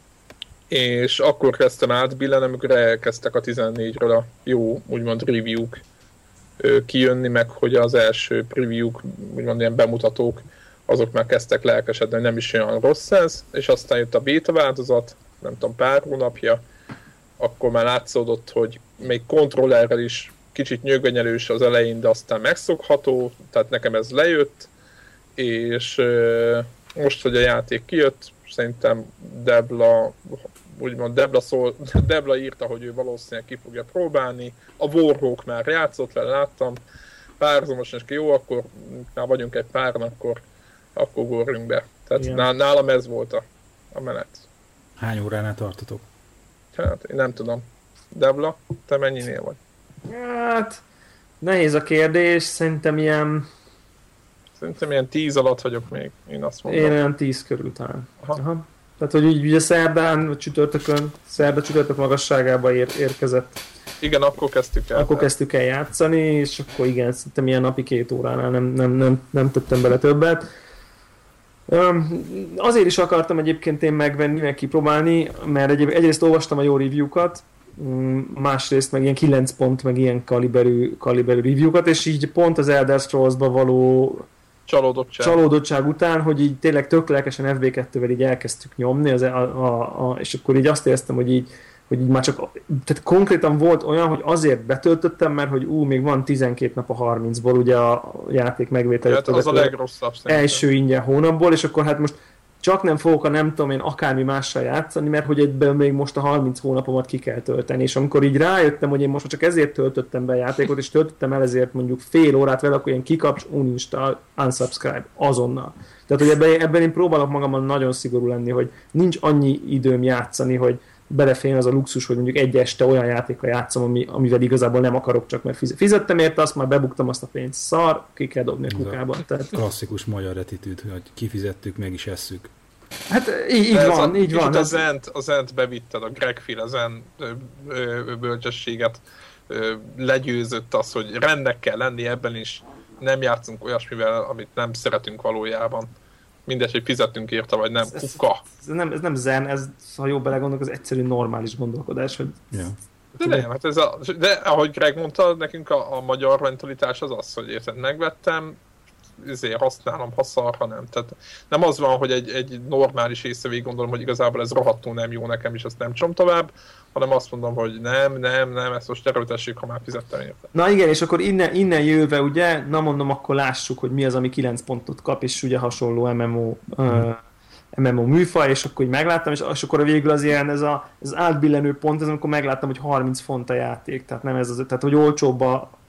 és akkor kezdtem átbillenni, amikor elkezdtek a tizennégyről a jó, úgymond review-k ö, kijönni, meg hogy az első preview-k, úgymond ilyen bemutatók, azok már kezdtek lelkesedni, hogy nem is olyan rossz ez, és aztán jött a beta változat, nem tudom, pár hónapja, akkor már látszódott, hogy még kontrollerrel is kicsit nyögvenyelős az elején, de aztán megszokható, tehát nekem ez lejött, és euh, most, hogy a játék kijött, szerintem Debla, úgymond Debla, szól, Debla írta, hogy ő valószínűleg ki fogja próbálni, a Warhawk már játszott le, láttam, párhuzamosan, és jó, akkor már vagyunk egy páran, akkor akkor gorjunk be. Tehát igen. Nálam ez volt a, a menet. Hány óránál tartotok? Hát, én nem tudom. Debla, te mennyinél vagy? Hát, nehéz a kérdés, szerintem ilyen... Szerintem ilyen tíz alatt vagyok még, én azt mondom. Én olyan tíz körül talán. Aha. Aha. Tehát, hogy így ugye szerdán, vagy csütörtökön, szerda csütörtök magasságába ér, érkezett. Igen, akkor kezdtük el. Akkor kezdtük el játszani, és akkor igen, szerintem ilyen napi két óránál nem, nem, nem, nem tettem bele többet. Azért is akartam egyébként én megvenni, meg kipróbálni, mert egy, egyrészt olvastam a jó review-kat, másrészt meg ilyen kilenc pont, meg ilyen kaliberű, kaliberű review-kat, és így pont az Elder Scrolls-ba való csalódottság. csalódottság után, hogy így tényleg tök lelkesen ef bé kettővel így elkezdtük nyomni, az, a, a, a, és akkor így azt éreztem, hogy így hogy így már csak, tehát konkrétan volt olyan, hogy azért betöltöttem, mert hogy ú, még van tizenkét nap a harmincból, ugye a játék megvételét. Hát az a legrosszabb szerintem. Első ingyen hónapból, és akkor hát most csak nem fogok a nem tudom én akármi mással játszani, mert hogy egyben még most a harminc hónapomat ki kell tölteni, és amikor így rájöttem, hogy én most csak ezért töltöttem be a játékot, és töltöttem el ezért mondjuk fél órát vele, akkor ilyen kikapcs, uninstall, unsubscribe, azonnal. Tehát, hogy ebben, ebben én próbálok magamon nagyon szigorú lenni, hogy nincs annyi időm játszani, hogy beleférjen az a luxus, hogy mondjuk egy este olyan játékkal játszom, ami, amivel igazából nem akarok, csak mert fizettem érte, azt már bebuktam azt a pénzt, szar, ki kell dobni a kukában. Tehát... Klasszikus magyar attitűd, hogy kifizettük, meg is esszük. Hát így, így van, a, így van. A Zent, a Zent bevitted, a Gregfield, a Zen bölcsességet legyőzött az, hogy rendnek kell lenni ebben is, nem játszunk olyasmivel, amit nem szeretünk valójában. Mindegy, hogy fizettünk érte, vagy nem. Ez, Kuka. Ez, ez, nem, ez nem zen, ez, ha jól belegondolok, az egyszerű normális gondolkodás. Hogy... Ja. De nem, hát ez a, de ahogy Greg mondta, nekünk a, a magyar mentalitás az az, hogy érted, megvettem, ezért használom, ha szar, ha nem. Tehát nem az van, hogy egy, egy normális észre végig gondolom, hogy igazából ez rohadtul nem jó nekem, és azt nem csom tovább, hanem azt mondom, hogy nem, nem, nem, ezt most erőtessék, ha már fizettem érte. Na igen, és akkor innen, innen jöve, ugye, na mondom, akkor lássuk, hogy mi az, ami kilenc pontot kap, és ugye hasonló em em o, mm. uh, em em o műfaj, és akkor így megláttam, és, és akkor végül az ilyen, ez a, az átbillenő pont, ez amikor megláttam, hogy harminc font a játék, tehát nem ez az, tehát hogy olcsóbb a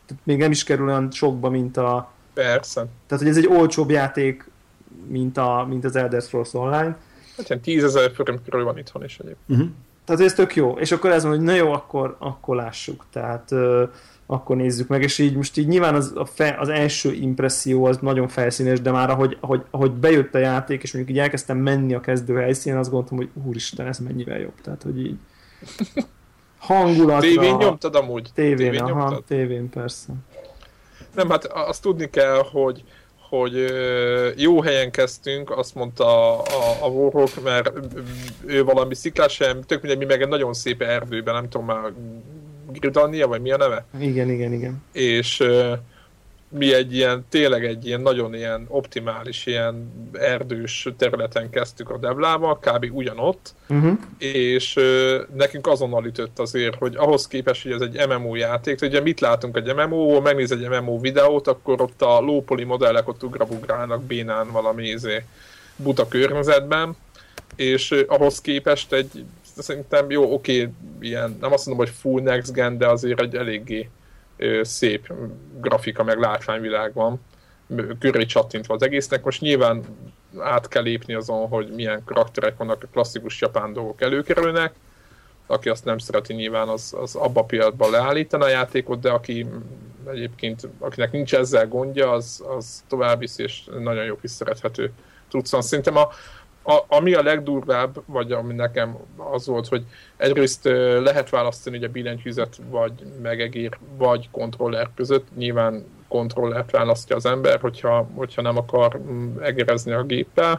tehát még nem is kerül olyan sokba, mint a... Persze. Tehát, hogy ez egy olcsóbb játék, mint, a, mint az Elder Scrolls Online. Hát ilyen tízezer forint körül van itthon is egyébként. Uh-huh. Tehát ez tök jó. És akkor ez van, hogy na jó, akkor, akkor lássuk. Tehát uh, akkor nézzük meg. És így most így nyilván az, a fe, az első impresszió az nagyon felszínes, de már ahogy, ahogy, ahogy bejött a játék, és mondjuk így elkezdtem menni a kezdő helyszínen, azt gondoltam, hogy úristen, ez mennyivel jobb. Tehát, hogy így hangulatra... Tévén nyomtad amúgy? Tévén, tévén aha, nyomtad? tévén, persze. Nem, hát azt tudni kell, hogy hogy jó helyen kezdtünk, azt mondta a, a, a Warhawk, mert ő valami sziklás helyen, tök mindegy, mi meg egy nagyon szép erdőben, nem tudom már, Gridania, vagy mi a neve? Igen, igen, igen. És mi egy ilyen, tényleg egy ilyen nagyon ilyen optimális, ilyen erdős területen kezdtük a Devlával, kb. Ugyanott, uh-huh. és uh, nekünk azonnal ütött azért, hogy ahhoz képest, hogy ez egy em em o játék, ugye mit látunk egy em em o-ból, megnéz egy em em o videót, akkor ott a low-poly modellek ott ugrabugrálnak bénán valami izé, buta környezetben, és uh, ahhoz képest egy, szerintem jó, oké, okay, ilyen, nem azt mondom, hogy full next gen, de azért egy eléggé szép grafika, meg látványvilág van, köré csattintva az egésznek. Most nyilván át kell lépni azon, hogy milyen karakterek vannak, a klasszikus japán dolgok előkerülnek. Aki azt nem szereti, nyilván az, az abba a pillanatban leállítana a játékot, de aki egyébként, akinek nincs ezzel gondja, az, az tovább viszi, és nagyon jó kis szerethető tudszan. Szerintem a A, ami a legdurvább, vagy ami nekem az volt, hogy egyrészt lehet választani ugye billentyűzet, vagy megegér, vagy kontroller között. Nyilván kontrollert választja az ember, hogyha, hogyha nem akar egérezni a géppel.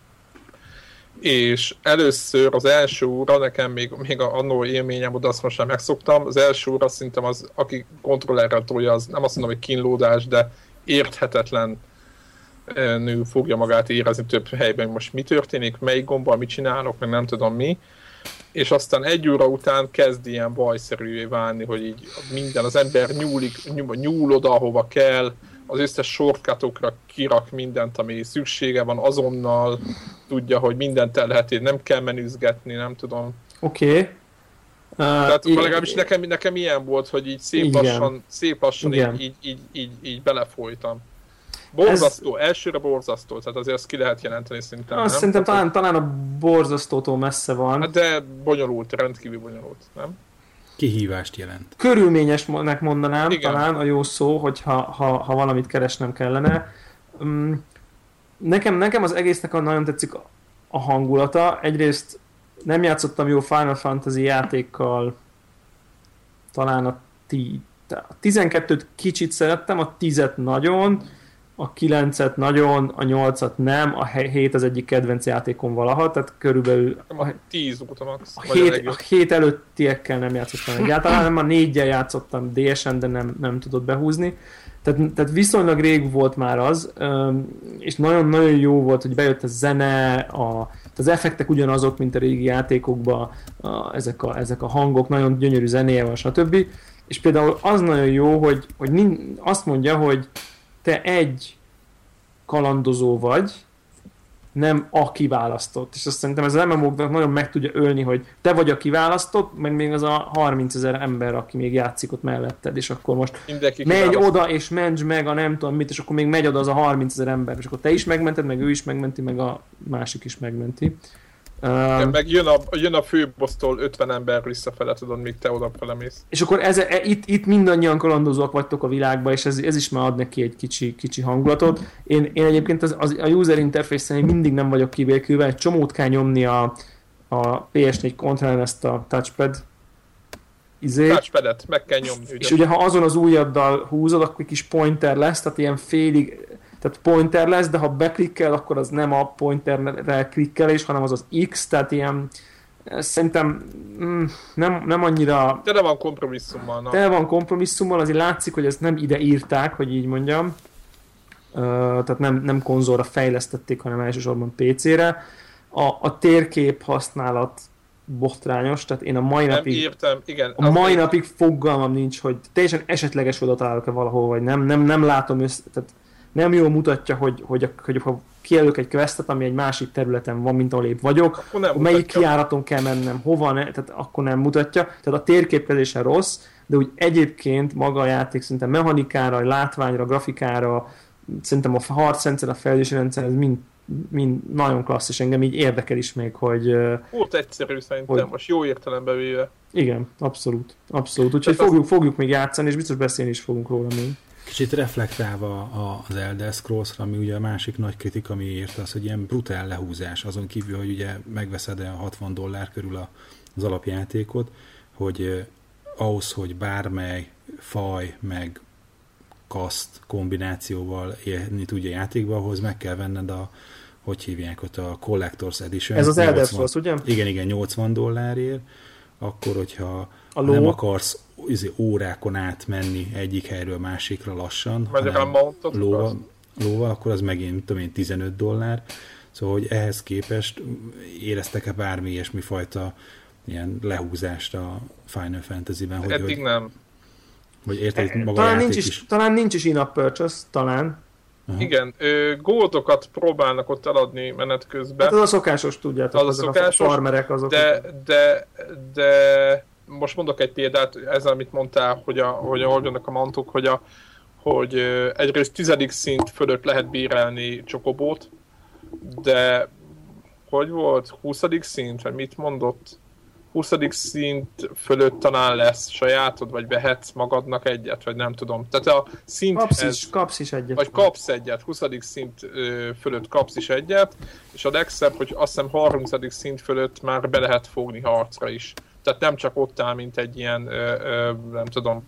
És először az első óra, nekem még, még a annó élményem, oda azt most már megszoktam, az első óra szerintem az, aki kontrollerrel tolja, az nem azt mondom, hogy kínlódás, de érthetetlen nő fogja magát érezni több helyben, most mi történik, melyik gombbal mit csinálok, meg nem tudom mi, és aztán egy óra után kezd ilyen bajszerűvé válni, hogy így minden, az ember nyúlik, nyúl oda, ahova kell, az összes shortcutokra kirak mindent, ami szüksége van, azonnal tudja, hogy mindent el lehet, nem kell menüzgetni, nem tudom. Oké. Okay. Uh, Tehát i- legalábbis nekem, nekem ilyen volt, hogy így szép igen. lassan, szép lassan így, így, így, így, így belefolytam. Borzasztó, ez... elsőre borzasztó, tehát azért azt ki lehet jelenteni szerintem. Azt nem? szerintem tehát, talán, talán a borzasztótól messze van. Hát de bonyolult, rendkívül bonyolult, nem? Kihívást jelent. Körülményesnek mondanám, igen. Talán a jó szó, hogyha ha, ha valamit keresnem kellene. Um, nekem, nekem az egésznek nagyon tetszik a hangulata. Egyrészt nem játszottam jó Final Fantasy játékkal, talán a, ti, a tizenkettőt kicsit szerettem, a tízet nagyon, a kilencet nagyon, a nyolcat nem, a hét az egyik kedvenc játékom valaha, tehát körülbelül a tíz óta max. A hét, a hét előttiekkel nem játszottam egyáltalán, nem a négyel játszottam dé esen, de nem, nem tudott behúzni. Tehát, tehát viszonylag rég volt már az, és nagyon-nagyon jó volt, hogy bejött a zene, a, az effektek ugyanazok, mint a régi játékokban, a, ezek, a, ezek a hangok, nagyon gyönyörű zenéje van, stb. És például az nagyon jó, hogy, hogy mind, azt mondja, hogy te egy kalandozó vagy, nem a kiválasztott. És azt szerintem ez az em em o-knak nagyon meg tudja ölni, hogy te vagy a kiválasztott, meg még az a harmincezer ember, aki még játszik ott melletted, és akkor most mindenki megy kiválasztott. oda, és menj meg a nem tudom mit, és akkor még megy oda az a harmincezer ember, és akkor te is megmented, meg ő is megmenti, meg a másik is megmenti. Ja, um, meg jön a, jön a főbosztól ötven ember visszafele, tudod, míg te oda mész. És akkor ez, e, itt, itt mindannyian kalandozók vagytok a világban, és ez, ez is már ad neki egy kicsi, kicsi hangulatot. Én, én egyébként az, az, a user interface-en mindig nem vagyok kibékülve, egy csomót kell nyomni a, a pé es négy kontrollen ezt a touchpad izét. Touchpadet meg kell nyomni. Ugye. És ugye ha azon az ujjaddal húzod, akkor egy kis pointer lesz, tehát ilyen félig, tehát pointer lesz, de ha beklikkel, akkor az nem a pointerrel klikkelés, hanem az az X, tehát ilyen szerintem mm, nem, nem annyira... Tele van kompromisszummal. Na. Tele van kompromisszummal, azért látszik, hogy ezt nem ide írták, hogy így mondjam. Uh, tehát nem, nem konzolra fejlesztették, hanem elsősorban pé cére. A, a térkép használat botrányos, tehát én a mai nem napig... Értem, igen. A mai én... napig fogalmam nincs, hogy teljesen esetleges oda találok-e valahol, vagy nem, nem, nem látom össze, tehát nem jól mutatja, hogy, hogy, hogy ha kijelölök egy questet, ami egy másik területen van, mint ahol épp vagyok, melyik kijáraton kell mennem, hova, ne, tehát akkor nem mutatja. Tehát a térképkezése rossz, de úgy egyébként maga a játék szerintem mechanikára, látványra, grafikára, szerintem a harcrendszer, a fejlődési rendszer, ez mind, mind nagyon klassz, és engem így érdekel is még, hogy... Volt egyszerű szerintem, hogy... most jó értelemben véve. Igen, abszolút, abszolút. Úgyhogy fogjuk, az... fogjuk még játszani, és biztos beszélni is fogunk róla még. Kicsit reflektálva az Elder Scrolls-ra, ami ugye a másik nagy kritika, ami érte az, hogy ilyen brutál lehúzás, azon kívül, hogy ugye megveszed a hatvan dollár körül az alapjátékot, hogy eh, ahhoz, hogy bármely faj, meg kaszt kombinációval élni tudja játékba, ahhoz meg kell venned a, hogy hívják ott, a Collector's Edition. Ez az Elder Scrolls, ugye? Igen, igen, nyolcvan dollárért, akkor, hogyha nem akarsz órákon át menni egyik helyről másikra lassan, hanem lóval, lóval, akkor az megint, tudom én, tizenöt dollár. Szóval, hogy ehhez képest éreztek-e bármi ilyesmi fajta ilyen lehúzást a Final Fantasy-ben? Hogy, eddig hogy, nem. Vagy érted, maga talán, nincs is, is, talán nincs is in-app purchase, talán. Aha. Igen, goldokat próbálnak ott eladni menet közben. Hát az a szokásos, tudjátok, az a szokásos, a farmerek azok. De, de, de most mondok egy példát, ezzel amit mondtál, hogy a, hogy ahogy jönnek a mantuk, hogy, a, hogy egyrészt tizedik szint fölött lehet bírálni csokobót, de hogy volt? huszadik szint? Vagy mit mondott? huszadik szint fölött talán lesz sajátod, vagy vehetsz magadnak egyet, vagy nem tudom. Tehát a szinthez... Kapsz is, kapsz is egyet. Vagy kapsz egyet, huszadik szint fölött kapsz is egyet, és a legszebb, hogy azt hiszem harmincadik szint fölött már be lehet fogni harcra is. Tehát nem csak ott áll, mint egy ilyen, ö, ö, nem tudom,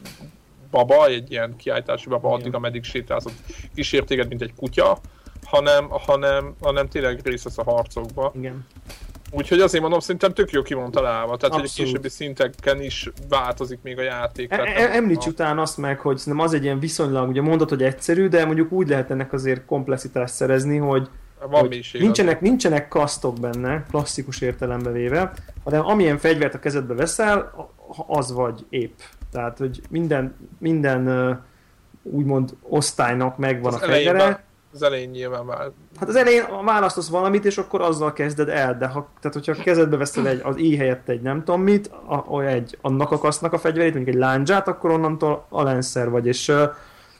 baba, egy ilyen kiállítási baba, addig, ameddig sétálsz, kísért téged, mint egy kutya, hanem, hanem, hanem tényleg részt vesz a harcokba. Igen. Úgyhogy azért mondom, szerintem tök jó ki van találva, tehát abszolút. Hogy a későbbi szinteken is változik még a játék. E- e- Említs után azt meg, hogy szerintem az egy ilyen viszonylag, ugye mondod, hogy egyszerű, de mondjuk úgy lehet ennek azért komplexitást szerezni, hogy, hogy nincsenek, nincsenek kasztok benne, klasszikus értelembe véve, hanem amilyen fegyvert a kezedbe veszel, az vagy épp. Tehát, hogy minden, minden úgymond osztálynak megvan az a fegyvere. Az elején nyilván vál. Hát az elején választasz valamit, és akkor azzal kezded el, de ha, tehát hogyha kezedbe veszed egy, az i helyett egy nem tudom mit, a, egy, annak a kasznak a fegyverét, mondjuk egy lándzsát, akkor onnantól a Lancer vagy, és, uh, uh,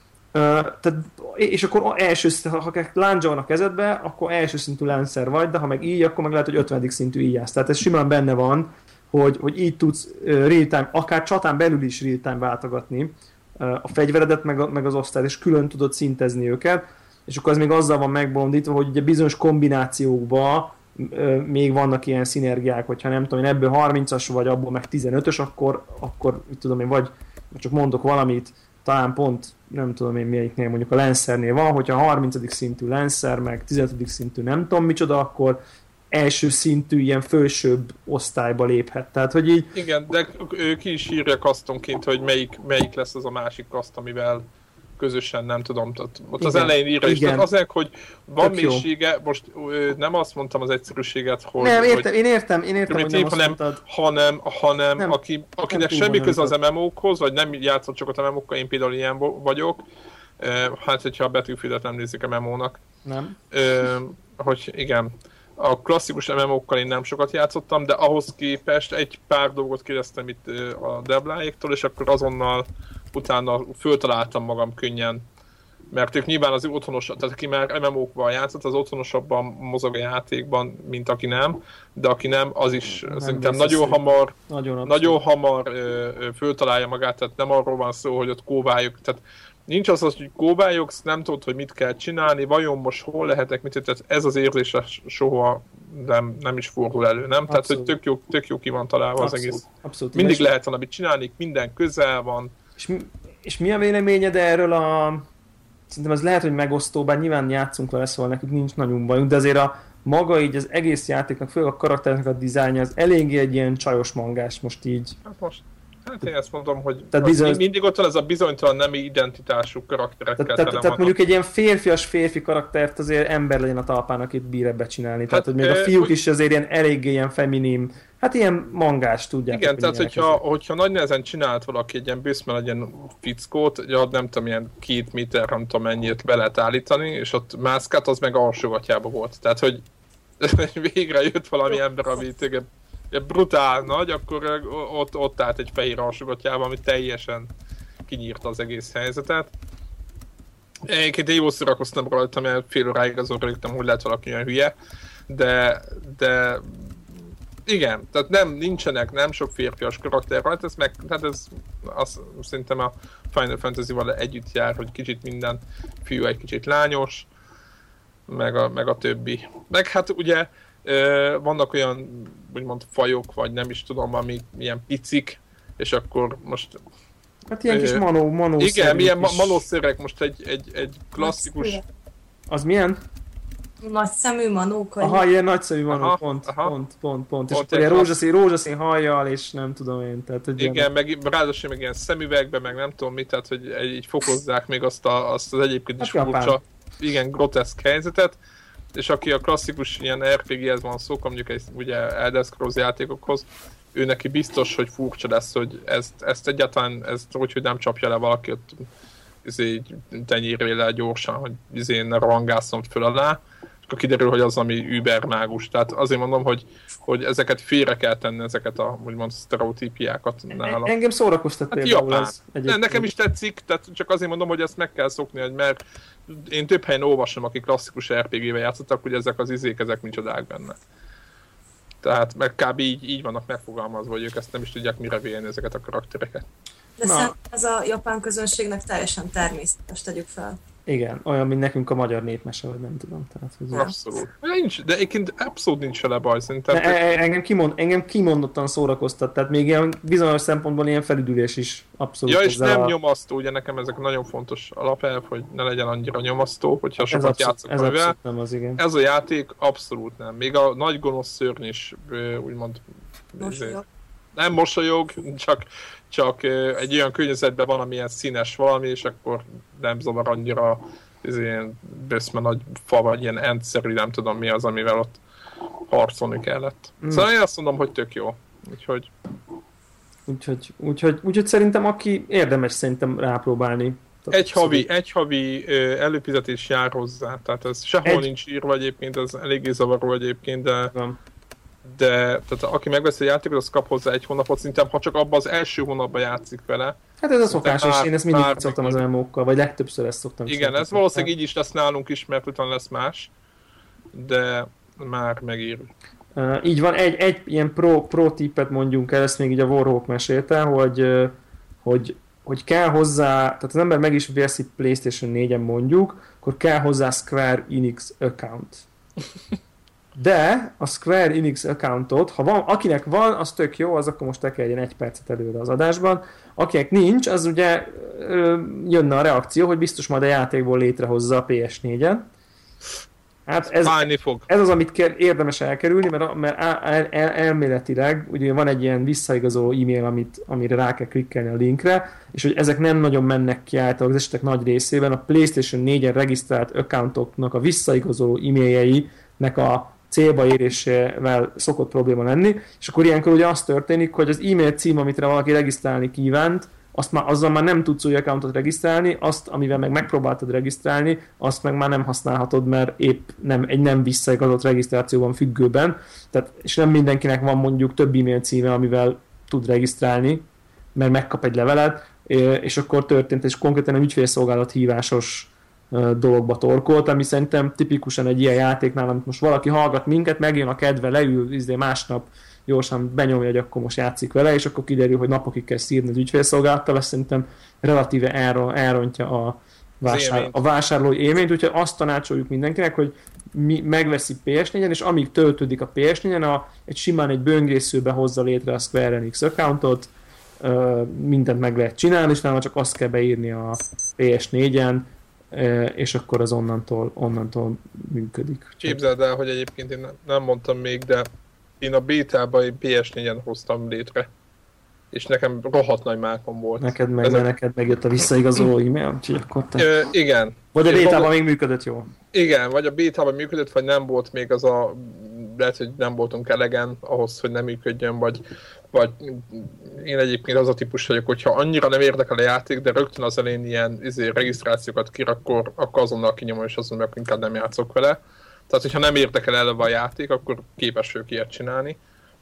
tehát, és akkor első, ha lándzsa van a kezedbe, akkor első szintű Lancer vagy, de ha meg így, akkor meg lehet, hogy ötvenedik szintű íjász. Tehát ez simán benne van, hogy, hogy így tudsz uh, real-time, akár csatán belül is real-time váltogatni uh, a fegyveredet, meg, a, meg az osztályt, és külön tudod szintezni őket, és akkor az még azzal van megbolondítva, hogy ugye bizonyos kombinációkban ö, még vannak ilyen szinergiák, hogyha nem tudom én ebből harmincas vagy abból meg tizenötös, akkor, akkor mit tudom én, vagy csak mondok valamit, talán pont nem tudom én melyiknél, mondjuk a Lancernél van, hogyha a harmincadik szintű Lancer, meg tizenötödik szintű nem tudom micsoda, akkor első szintű, ilyen felsőbb osztályba léphet. Tehát, hogy így... Igen, de ő ki is írja kasztonként, hogy melyik, melyik lesz az a másik kaszt, amivel közösen, nem tudom, tehát ott igen, az elején írja is, tehát azért, hogy van tök mélysége, jó. Most nem azt mondtam az egyszerűséget, hogy... Nem, értem, hogy én értem, én értem, hogy nem azt hanem, mondtad. Hanem, hanem nem, aki, akinek nem semmi köze az em em ó-khoz, vagy nem játszott sokat em em ó-kkal, én például ilyen vagyok, hát hogyha a Battlefieldet nem nézik em em ó-nak. Nem. Hogy igen, a klasszikus em em ó-kkal én nem sokat játszottam, de ahhoz képest egy pár dolgot kérdeztem itt a Debláéktól, és akkor azonnal utána föltaláltam magam könnyen, mert ők nyilván az otthonos, tehát aki már em em ó-kval játszott, az otthonosabban mozog a játékban, mint aki nem, de aki nem, az is nem szerintem nagyon hamar, nagyon, nagyon hamar ö, ö, föltalálja magát, tehát nem arról van szó, hogy ott kóvályok, tehát nincs az, hogy kóvályogsz, nem tudod, hogy mit kell csinálni, vajon most hol lehetek, mit, tehát ez az érzés soha nem, nem is fordul elő, nem? Abszolút. Tehát, hogy tök jó, tök jó ki van találva abszolút, az egész. Abszolút. Mindig lehet valamit csinálni, minden közel van. És, és mi a véleményed erről a... Szerintem ez lehet, hogy megosztó, bár nyilván játszunk vele, szóval nekünk nincs nagyon bajunk, de azért a maga így az egész játéknak, főleg a karakternek a dizájnja, az eléggé egy ilyen csajos mangás most így. Hát most, hát én ezt mondom, hogy bizony... mindig ott van ez a bizonytalan nemi identitású karakterekkel. Tehát, tehát, tehát mondjuk egy ilyen férfias férfi karaktert azért ember legyen a talpán, akit bír ebbe csinálni. Hát, tehát, hogy még a fiúk hogy... is azért ilyen eléggé ilyen feminim, hát ilyen mangás, tudják. Igen, tehát hogyha, hogyha nagy nehezen csinált valaki egy ilyen bőszben egy ilyen fickót, hogy nem tudom, ilyen két méter, nem tudom mennyit be lehet állítani, és ott mászkát, az meg alsógatjába volt. Tehát, hogy végre jött valami ember, ami téged brutál nagy, akkor ott, ott állt egy fehér alsógatjában, ami teljesen kinyírta az egész helyzetet. Egyébként én jól szórakoztam rajta, mert fél óráig azon rögtem, hogy lehet valaki olyan hülye, de, de igen, tehát nem, nincsenek, nem sok férfias karakter rajta, ez meg, tehát ez azt szerintem a Final Fantasy-val együtt jár, hogy kicsit minden fiú egy kicsit lányos, meg a, meg a többi. Meg hát ugye vannak olyan, úgymond fajok, vagy nem is tudom, amik ilyen picik, és akkor most... Hát ilyen kis manó, manó igen, milyen ma- manószerek, most egy, egy, egy klasszikus... Az milyen? Nagy szemű manók. Vagy... Aha, ilyen nagyszemű manók, aha, pont, aha. pont, pont, pont, pont. És akkor ilyen rózsaszín, rózsaszín hajjal, és nem tudom én, tehát... Igen, ilyen... meg ráadásul meg ilyen szemüvegbe, meg nem tudom mit, tehát hogy így fokozzák még azt, a, azt az egyébként is hát furcsa, igen, groteszk helyzetet, és aki a klasszikus ilyen er pé gé-hez van szó, mondjuk egy ugye Elder Scrolls játékokhoz, ő neki biztos, hogy furcsa lesz, hogy ezt, ezt egyáltalán, ezt úgy, hogy nem csapja le valaki ott izé, tenyérvéllel gyorsan, hogy izé ne rohangásszon föl alá, és akkor kiderül, hogy az, ami übermágus. Tehát azért mondom, hogy, hogy ezeket félre kell tenni, ezeket a úgymond sztereotípiákat nála. Engem szórakoztat hát például japán. ez. Ne, nekem is tetszik, tehát csak azért mondom, hogy ezt meg kell szokni, hogy mert én több helyen olvasom, akik klasszikus er pé gé-vel játszottak, hogy ezek az izék, ezek micsodák benne. Tehát meg kb. így, így vannak megfogalmazva, hogy ők ezt nem is tudják mire vélni ezeket a karaktereket. De szerintem ez a japán közönségnek teljesen természetes, tegyük fel. Igen, olyan, mint nekünk a magyar népmese, vagy nem tudom. Tehát, hogy abszolút. Nincs, de egyébként abszolút nincs vele baj, szerintem. De engem, kimond, engem kimondottan szórakoztat, tehát még ilyen bizonyos szempontból ilyen felüdülés is abszolút. Ja, és nem a... nyomasztó, ugye nekem ezek nagyon fontos alapelv, hogy ne legyen annyira nyomasztó, hogyha ez sokat abszolút, játszok ez mivel. nem az, igen. Ez a játék abszolút nem. Még a nagy gonosz szörny is úgymond Mosolyog. nem mosolyog, csak, csak egy olyan környezetben van, amilyen színes valami, és akkor nem zavar annyira ez ilyen böszme nagy fa, vagy ilyen endszerű, nem tudom mi az, amivel ott harcolni kellett. Mm. Szóval én azt mondom, hogy tök jó. Úgyhogy... Úgyhogy, úgyhogy, úgyhogy szerintem aki érdemes szerintem rápróbálni. Egy havi, egy havi előfizetés jár hozzá, tehát ez sehol egy... nincs írva egyébként, ez eléggé zavaró egyébként, de... Nem. De tehát aki megveszi a játékot, az kap hozzá egy hónapot, szerintem, ha csak abban az első hónapban játszik vele. Hát ez a szokás, és én ezt mindig szoktam az em em o-kkal, vagy legtöbbször ezt szoktam. Igen, ez valószínűleg így is lesz nálunk is, mert utána lesz más, de már megír. Uh, így van, egy, egy ilyen pro, pro tippet mondjunk el, ezt még így a Warhawk mesélte, hogy, uh, hogy, hogy kell hozzá, tehát az ember meg is veszi PlayStation négyen mondjuk, akkor kell hozzá Square Enix account. De a Square Enix accountot, ha van, akinek van, az tök jó, az akkor most tekerjen egy percet előre az adásban. Akinek nincs, az ugye jönne a reakció, hogy biztos majd a játékból létrehozza a pé es négyen. Hát ez, fog. ez az, amit kell, érdemes elkerülni, mert, mert el, el, elméletileg ugye van egy ilyen visszaigazoló e-mail, amit, amire rá kell klikkelni a linkre, és hogy ezek nem nagyon mennek ki által az esetek nagy részében. A PlayStation négyen regisztrált accountoknak a visszaigazoló e-mailjeinek a célba érésével szokott probléma lenni, és akkor ilyenkor ugye az történik, hogy az e-mail cím, amit valaki regisztrálni kívánt, azt már, azzal már nem tudsz új accountot regisztrálni, azt, amivel meg megpróbáltad regisztrálni, azt meg már nem használhatod, mert épp nem, egy nem visszaigazolt regisztrációban függőben, tehát, és nem mindenkinek van mondjuk több e-mail címe, amivel tud regisztrálni, mert megkap egy levelet, és akkor történt, és konkrétan egy ügyfélszolgálat hívásos dologba torkolt, ami szerintem tipikusan egy ilyen játéknál, amit most valaki hallgat minket, megjön a kedve, leül, izé másnap gyorsan benyomja, hogy akkor most játszik vele, és akkor kiderül, hogy napokig kell szírni az ügyfélszolgálattal, ezt szerintem relatíve elrontja a, vásár, a vásárlói élményt, úgyhogy azt tanácsoljuk mindenkinek, hogy mi megveszi pé es négyen, és amíg töltődik a pé es négyen, a, egy simán egy böngészőbe hozza létre a Square Enix accountot, mindent meg lehet csinálni, és nála csak azt kell beírni a pé es négyen, és akkor az onnantól, onnantól működik. Képzeld el, hogy egyébként én nem mondtam még, de én a bétában egy pé es négyen hoztam létre. És nekem rohadt nagy mákom volt. Neked meg, Ezek... neked megjött a visszaigazoló e-mail, úgyhogy akkor te... Ö, igen. Vagy a bétában gondol... még működött jól. Igen, vagy a bétában működött, vagy nem volt még az a... Lehet, hogy nem voltunk elegen ahhoz, hogy nem működjön, vagy, vagy én egyébként az a típus vagyok, hogyha annyira nem érdekel a játék, de rögtön az elején ilyen izé, regisztrációkat kír, akkor, akkor azonnal kinyomom, és azon meg inkább nem játszok vele. Tehát, hogyha nem érdekel eleve a játék, akkor képes vagyok ilyet csinálni.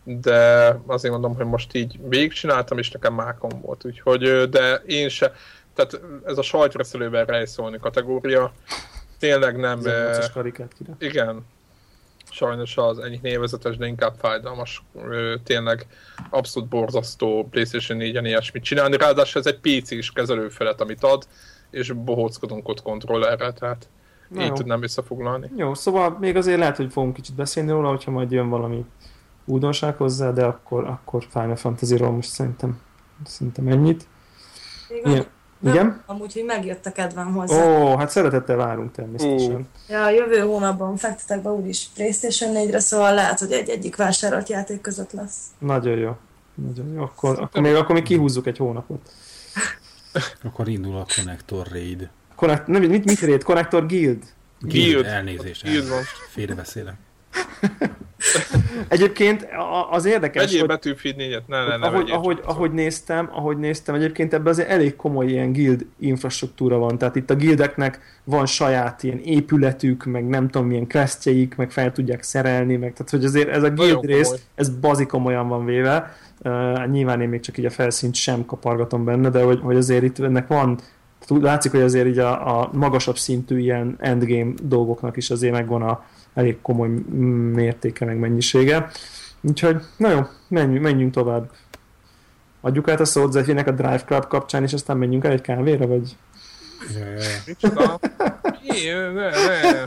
de azért mondom, hogy most így végigcsináltam, és nekem mákom volt, úgyhogy, de én se, tehát ez a sajtreszelővel rejszolni kategória, tényleg nem... Ez karikát kire. Igen, sajnos az egyik névezetes, de inkább fájdalmas, tényleg abszolút borzasztó PlayStation négyen ilyesmit csinálni, ráadásul ez egy pé cés kezelőfelet, amit ad, és bohóckodunk ott kontrollerre, tehát Na így jó. tudnám visszafoglalni. Jó, szóval még azért lehet, hogy fogunk kicsit beszélni róla, hogyha majd jön valami újdonság hozzá, de akkor, akkor Final Fantasy-ról most szerintem, szerintem ennyit. Igen? Igen? Amúgy, hogy megjött a kedvem hozzá. Ó, hát szeretettel várunk természetesen. Uh. Ja, a jövő hónapban fektetek be úgyis PlayStation négyre, szóval lehet, hogy egy-egyik vásárolt játék között lesz. Nagyon jó. Nagyon jó. Akkor, akkor, még, akkor még kihúzzuk egy hónapot. Akkor indul a Connector Raid. Connect, nem, mit, mit raid? Connector Guild? Guild, Guild. elnézést. elnézést. Félrebeszélek. Egyébként az érdekes, Egyéb betűfid négyet, ne, ne, ne ahogy, ahogy, ahogy, néztem, ahogy néztem, egyébként ebben azért elég komoly ilyen guild infrastruktúra van, tehát itt a guildeknek van saját ilyen épületük, meg nem tudom milyen questjeik, meg fel tudják szerelni, meg tehát hogy azért ez a guild Nagyon rész, komoly. Ez bazi komolyan van véve, uh, nyilván én még csak így a felszínt sem kapargatom benne, de hogy, hogy azért itt ennek van, látszik, hogy azért így a, a magasabb szintű ilyen endgame dolgoknak is azért megvan a elég komoly mértéke, meg mennyisége. Úgyhogy, na jó, menjünk, menjünk tovább. Adjuk át a szót Zephynek a Drive Club kapcsán, és aztán menjünk el egy kávéra, vagy? Micsoda? Ne, ne.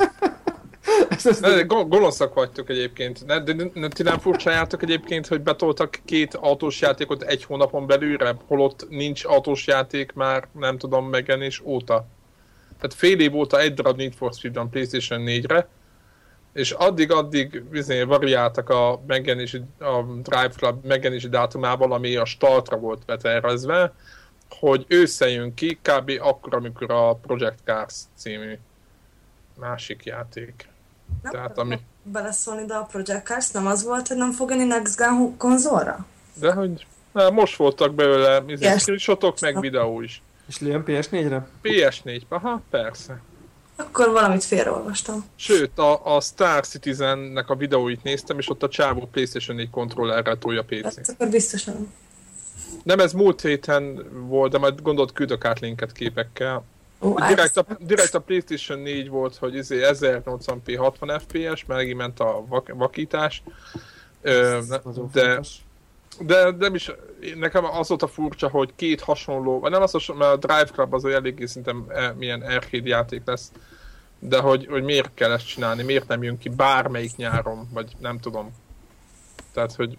ne gonoszak vagytok egyébként. Ne, de, de ti nem furcsájátok egyébként, hogy betoltak két autós játékot egy hónapon belülre, holott nincs autós játék már, nem tudom, megjelenés óta. Tehát fél év óta egy darab Need for Speed van PlayStation négyre, és addig-addig variáltak a megjelenési, a Drive Club megjelenési dátumával, ami a startra volt betervezve, hogy ősszel jön ki, kb. Akkor, amikor a Project Cars című másik játék. Nem Tehát, ami... beleszólni, de a Project Cars nem az volt, hogy nem fog jönni Next Gen konzolra? De hogy na, most voltak belőle screenshotok, meg videó is. És jön pé es négyre? pé es négy, aha, persze. Akkor valamit félreolvastam. Sőt, a, a Star Citizennek a videóit néztem, és ott a csávó PlayStation négy kontrollerrel tolja pé cé. Hát akkor biztosan. Nem, ez múlt héten volt, de majd gondolt küldök át linket képekkel. Oh, direkt, a, direkt a PlayStation négy volt, hogy izé ezernyolcvan pé hatvan ef pé es, megint ment a vak, vakítás. Ö, de, de nem is, nekem az volt a furcsa, hogy két hasonló, vagy nem az, mert a Drive Club az eléggé szerintem milyen arcade játék lesz, de hogy, hogy miért kell ezt csinálni, miért nem jön ki bármelyik nyáron, vagy nem tudom. Tehát, hogy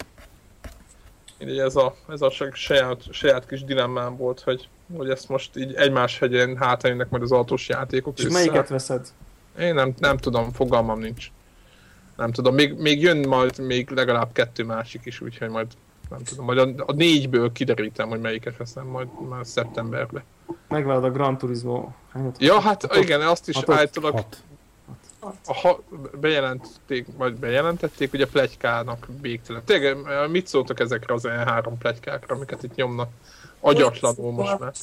ez a, ez a saját, saját kis dilemmám volt, hogy, hogy ezt most így egymás hegyen hátrajönnek majd az autós játékok. És össze. Melyiket veszed? Én nem, nem tudom, fogalmam nincs. Nem tudom, még, még jön majd még legalább kettő másik is, úgyhogy majd nem tudom, majd a, a négyből kiderítem, hogy melyiket veszem majd már szeptemberben. Megvállalod a Gran Turismo. Hányat? Ja, hát hatot? Igen, azt is hatot? Általában a, ha, bejelentették, vagy bejelentették, hogy a pletykának végtelen. Tényleg, mit szóltak ezekre az E három pletykákra, amiket itt nyomnak? Agyatlanul most már.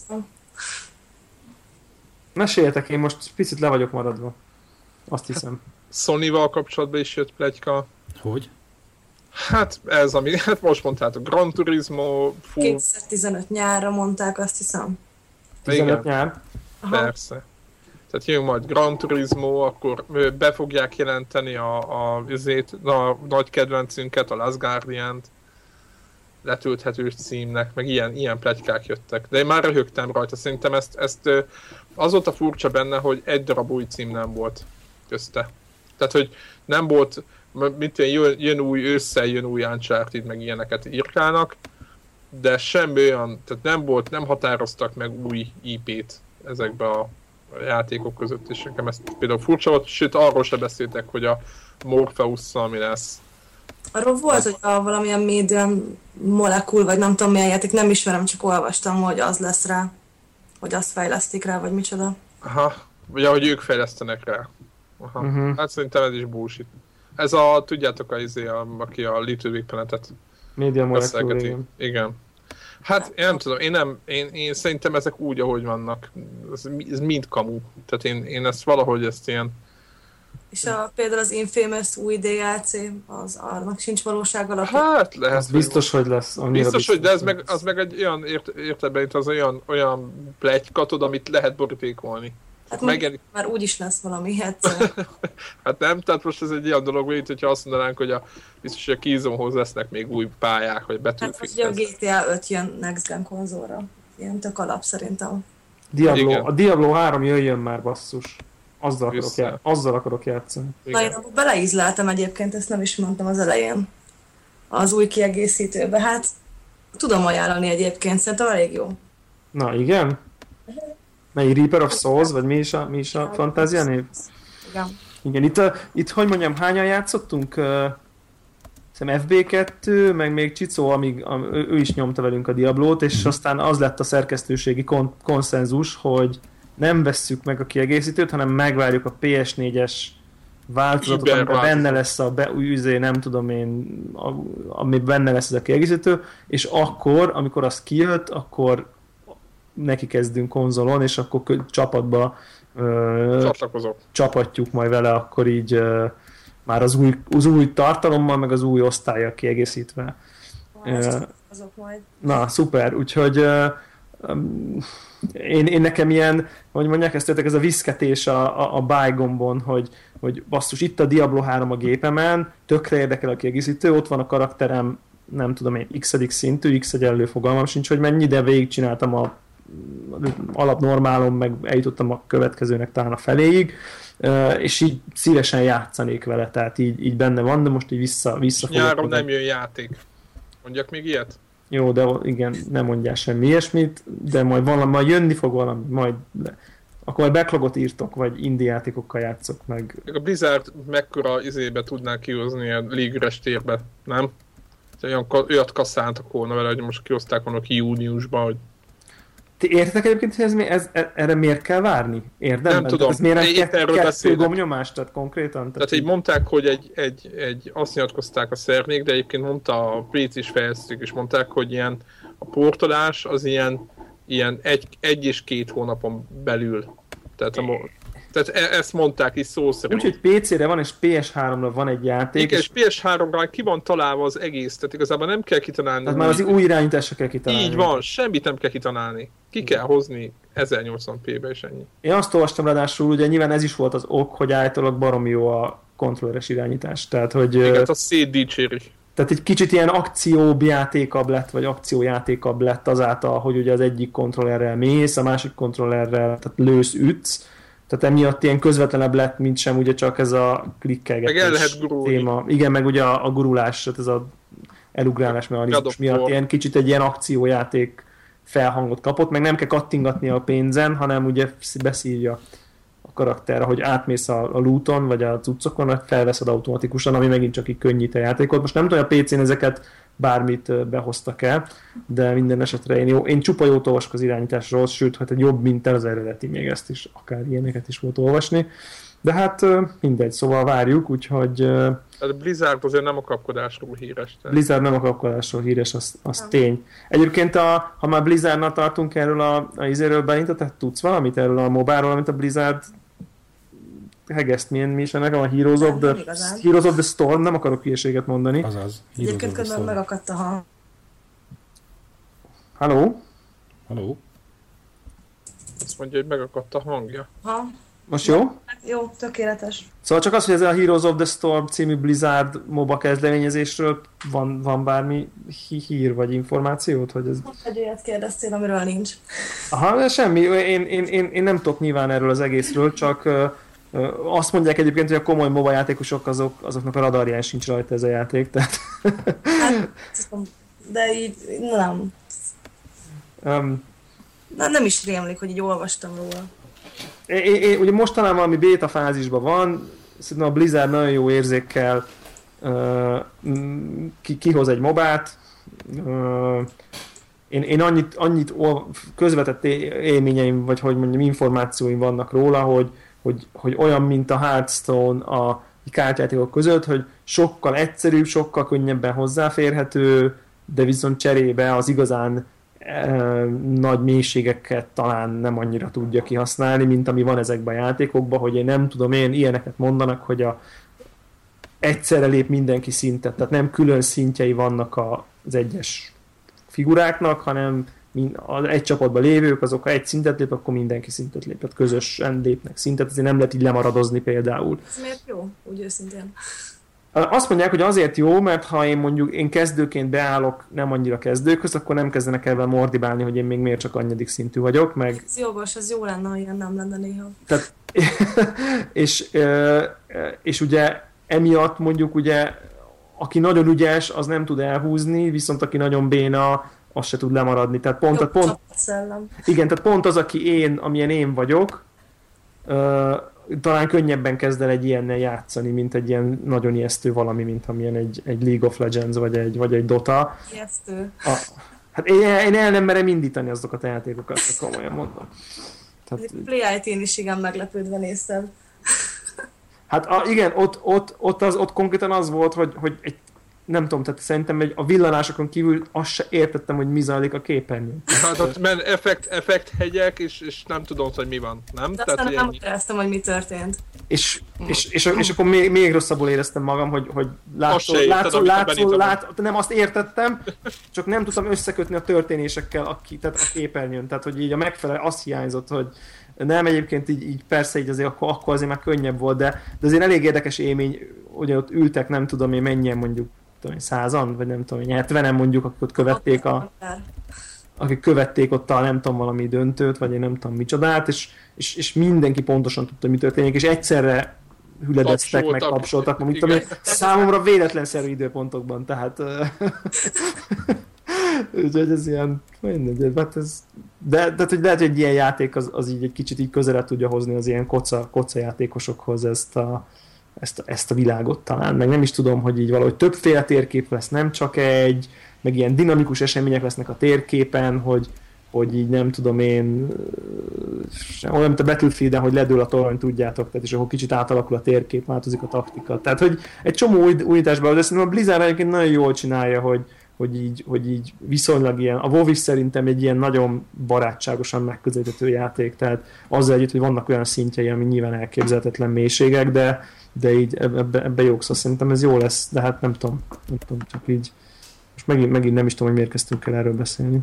Meséljetek, én most picit le vagyok maradva. Azt hiszem. Sony-val kapcsolatban is jött pletyka. Hogy? Hát ez, ami, hát most mondtátok, Gran Turismo... Full... kétezer-tizenöt nyárra mondták, azt hiszem. tizenöt nyár? Persze. Tehát jön majd Gran Turismo, akkor be fogják jelenteni a, a, azért, a nagy kedvencünket, a Last Guardian-t, letölthetős címnek, meg ilyen, ilyen pletykák jöttek. De én már röhögtem rajta, szerintem ezt, ezt az volt a furcsa benne, hogy egy darab új cím nem volt közte. Tehát, hogy nem volt, mint jön, jön új, ősszel jön új Uncharted, meg ilyeneket írkálnak, de semmi olyan, tehát nem volt, nem határoztak meg új í pét ezekbe a játékok között, és nekem ez például furcsa volt, sőt arról se beszéltek, hogy a Morpheus-szal mi lesz. Arról volt, hát, hogy a valamilyen médium molekul, vagy nem tudom milyen játék, nem ismerem, csak olvastam, hogy az lesz rá, hogy azt fejlesztik rá, vagy micsoda. Aha, vagy ahogy ők fejlesztenek rá. Aha. Uh-huh. Hát szerintem ez is bullshit. Ez a, tudjátok, a, izé, a, aki a Little Big Planet-et média molekul, igen. igen. Hát én nem tudom, én, nem, én, én szerintem ezek úgy, ahogy vannak. Ez, ez mind kamu. Tehát én, én ezt valahogy ezt ilyen És a, például az Infamous új dé el cé, az annak sincs valóság alapja. Hát lehet. Az biztos, hogy lesz. Biztos, biztos, hogy de ez meg, az meg egy olyan ért, értelemben, az olyan, olyan pletyka, tudod, amit lehet borítékolni. Hát Megjelenik... már úgyis lesz valami egyszer. Hát nem, tehát most ez egy olyan dolog, mint hogyha azt mondanánk, hogy a, biztos, hogy a Keyzone-hoz lesznek még új pályák, vagy betűk. Hát ugye a gé té á öt jön Next Gen konzolra. Ilyen tök alap szerintem. Diablo, a Diablo három jöjjön már, basszus. Azzal akarok, já- azzal akarok játszani. Na, én abban beleízleltem egyébként, ezt nem is mondtam az elején. Az új kiegészítőbe. Hát tudom ajánlani egyébként, szerintem elég jó. Na igen? Mely Reaper of Souls, vagy mi is a, mi is a fantázia név? Igen. Igen, itt, a, itt hogy mondjam, hányan játszottunk? Uh, ef bé kettő, meg még Csicó, amíg am, ő, ő is nyomta velünk a Diablót, és aztán az lett a szerkesztőségi kon- konszenzus, hogy nem vesszük meg a kiegészítőt, hanem megvárjuk a pé es négyes változatot, Iber amiben változat. benne lesz a be, üzé, nem tudom én, a, ami benne lesz ez a kiegészítő, és akkor, amikor az kijött, akkor neki kezdünk konzolon, és akkor kö- csapatba ö, Csatlakozok. csapatjuk majd vele, akkor így ö, már az új, az új tartalommal, meg az új osztállyal kiegészítve. Ö, Azok majd. Na, szuper, úgyhogy ö, um, én, én nekem ilyen, hogy mondják, ezt ez a viszketés a, a, a buy gombon, hogy, hogy basszus, itt a Diablo három a gépemen, tökre érdekel a kiegészítő, ott van a karakterem, nem tudom én, x-edik szintű, x egyenlő fogalmam sincs, hogy mennyi, de végigcsináltam a alapnormálon, meg eljutottam a következőnek talán a feléig, és így szívesen játszanék vele, tehát így, így benne van, de most így vissza, vissza Nyáron nem jön játék. Mondjak még ilyet? Jó, de igen, nem mondjál semmi ilyesmit, de majd valami, majd jönni fog valami, majd le. Akkor majd backlogot írtok, vagy indie játékokkal játszok meg. A Blizzard mekkora izébe tudná kihozni a League-üres térbe, nem? Olyan, olyat kasszáltak volna vele, hogy most kihozták volna ki júniusban, hogy... Ti értek egyébként, hogy ez, ez, ez, erre miért kell várni? Érdem? Nem tudom. Ez miért nem Én erről kettő beszélek. gomnyomás, tehát konkrétan? Tehát, Tehát így mondták, hogy egy, egy, egy, azt nyilatkozták a szernék, de egyébként mondta a pé cés fejlesztők is mondták, hogy ilyen a portolás az ilyen, ilyen egy, egy és két hónapon belül. Tehát, a, tehát e, ezt mondták is szó szerint. úgyhogy pé cére van, és pé es háromra van egy játék. Igen, és pé es háromra ki van találva az egész, tehát igazából nem kell kitalálni. Tehát már az új irányításra kell kitalálni. Így van, semmit nem kell kitalálni. Ki kell hozni ezernyolcvan pé-be és ennyi. Én azt olvastam ráadásul, ugye nyilván ez is volt az ok, hogy állítólag baromi jó a kontrolleres irányítás. Tehát, hogy... Igen, azt szétdicséri. Tehát egy kicsit ilyen akcióbb játékabb lett, vagy akciójátékabb lett azáltal, hogy ugye az egyik kontrollerrel mész, a másik kontrollerrel tehát lősz, ütsz. Tehát emiatt ilyen közvetlenebb lett, mint sem ugye csak ez a klikkelgetés meg el lehet gurulni. téma. Igen, meg ugye a, a gurulás, tehát ez a elugrálás mechanizmus miatt ilyen kicsit egy ilyen akciójáték felhangot kapott, meg nem kell kattingatni a pénzen, hanem ugye beszívja a karakter, hogy átmész a, a looton, vagy a cuccokon, felveszed automatikusan, ami megint csak így könnyít a játékot. Most nem tudom, hogy a pé cén ezeket bármit behoztak el, de minden esetre én, jó, én csupa jót olvasok az irányításról, sőt, hát egy jobb, mint az eredeti, még ezt is, akár ilyeneket is volt olvasni. De hát mindegy, szóval várjuk, úgyhogy... A Blizzard azért nem a kapkodásról híres. Tehát. Blizzard nem a kapkodásról híres, az, az tény. Egyébként, a, ha már Blizzardnál tartunk erről a, a izéről belintet, tehát tudsz valamit erről a mobáról, amit a Blizzard hegeszt, milyen mi is ennek a Heroes of the, Heroes of the Storm, nem akarok hülyeséget mondani. Azaz. Egyébként közben megakadt a hang. Halló? Halló? Azt mondja, hogy megakadt a hangja. Ha. Most jó? Jó, tökéletes. Szóval csak az, hogy ez a Heroes of the Storm című Blizzard MOBA kezdeményezésről van, van bármi hír vagy információt? Hogy ez... Egy olyat kérdeztél, amiről nincs. Aha, de semmi. Én, én, én, én nem tudok nyilván erről az egészről, csak uh, uh, azt mondják egyébként, hogy a komoly MOBA játékosok azok, azoknak a radarján sincs rajta ez a játék. Tehát... Hát, de így nem. um, Na, nem is rémlik, hogy így olvastam róla. Én, én, ugye mostanában valami béta fázisban van, szerintem a Blizzard nagyon jó érzékkel uh, ki, kihoz egy mobát. Uh, én, én annyit, annyit közvetett élményeim, vagy hogy mondjam, információim vannak róla, hogy, hogy, hogy olyan, mint a Hearthstone a kártyátékok között, hogy sokkal egyszerűbb, sokkal könnyebben hozzáférhető, de viszont cserébe az igazán e, nagy mélységeket talán nem annyira tudja kihasználni, mint ami van ezekben a játékokban, hogy én nem tudom, én ilyeneket mondanak, hogy a egyszerre lép mindenki szintet, tehát nem külön szintjei vannak az egyes figuráknak, hanem az egy csapatban lévők, azok ha egy szintet lép, akkor mindenki szintet lép, tehát közösen lépnek szintet, ezért nem lehet így lemaradozni például. Ez miért jó, úgy őszintén? Azt mondják, hogy azért jó, mert ha én mondjuk én kezdőként beállok nem annyira kezdőköz, akkor nem kezdenek el mordibálni, hogy én még miért csak annyadik szintű vagyok, meg... Ez jogos, ez jó lenne, ha ilyen nem lenne néha. Tehát, és, és ugye emiatt mondjuk ugye, aki nagyon ügyes, az nem tud elhúzni, viszont aki nagyon béna, az se tud lemaradni. Tehát pont, Jó, tehát pont, igen, tehát pont az, aki én, amilyen én vagyok, uh, talán könnyebben kezd el egy ilyennel játszani, mint egy ilyen nagyon ijesztő valami, mint amilyen egy, egy League of Legends, vagy egy, vagy egy Dota. Ijesztő. A, hát én, én el nem merem indítani azokat a játékokat, komolyan mondom. Tehát... Play i té-n is igen meglepődve néztem. Hát a, igen, ott, ott, ott, az, ott konkrétan az volt, hogy, hogy egy, nem tudom, tehát szerintem egy, a villanásokon kívül azt se értettem, hogy mi zajlik a képernyőn. Hát ott men effekt, effekt hegyek, és, és nem tudom, hogy mi van, nem? De tehát, aztán nem éreztem, hogy mi történt. És, és, és, és akkor még, még rosszabbul éreztem magam, hogy, hogy látszol, látszol, látszol, látszol, nem azt értettem, csak nem tudtam összekötni a történésekkel a, tehát a képernyőn. Tehát, hogy így a megfelelő, azt hiányzott, hogy nem, egyébként így, így persze így azért akkor, akkor azért már könnyebb volt, de, de azért elég érdekes élmény, hogy ott ültek, nem tudom én mennyien mondjuk, tudom én, százan, vagy nem tudom én, hetvenen mondjuk, akik ott követték a... akik követték ott a nem tudom valami döntőt, vagy én nem tudom micsodát, és, és, és mindenki pontosan tudta, mi történik, és egyszerre hüledeztek, meg tapsoltak, meg mit tudom én, számomra véletlenszerű időpontokban, tehát... Úgyhogy ez ilyen, mindegy, hát ez, de, de hogy lehet, hogy egy ilyen játék az, az így egy kicsit így közelebb tudja hozni az ilyen koca, koca játékosokhoz ezt a, ezt, a, ezt a világot talán, meg nem is tudom, hogy így valahogy többféle térkép lesz, nem csak egy, meg ilyen dinamikus események lesznek a térképen, hogy, hogy így nem tudom én, olyan, mint a Battlefield-en, hogy ledől a torony, tudjátok, tehát és akkor kicsit átalakul a térkép, változik a taktika. Tehát, hogy egy csomó új, újításban, de szerintem a Blizzard egyébként nagyon jól csinálja, hogy hogy így, hogy így viszonylag ilyen, a WoW is szerintem egy ilyen nagyon barátságosan megközelíthető játék, tehát azzal együtt, hogy vannak olyan szintjei, ami nyilván elképzelhetetlen mélységek, de, de így ebbe, ebbe jók, szóval szerintem ez jó lesz, de hát nem tudom, nem tudom, csak így most megint, megint nem is tudom, hogy miért kezdtünk el erről beszélni.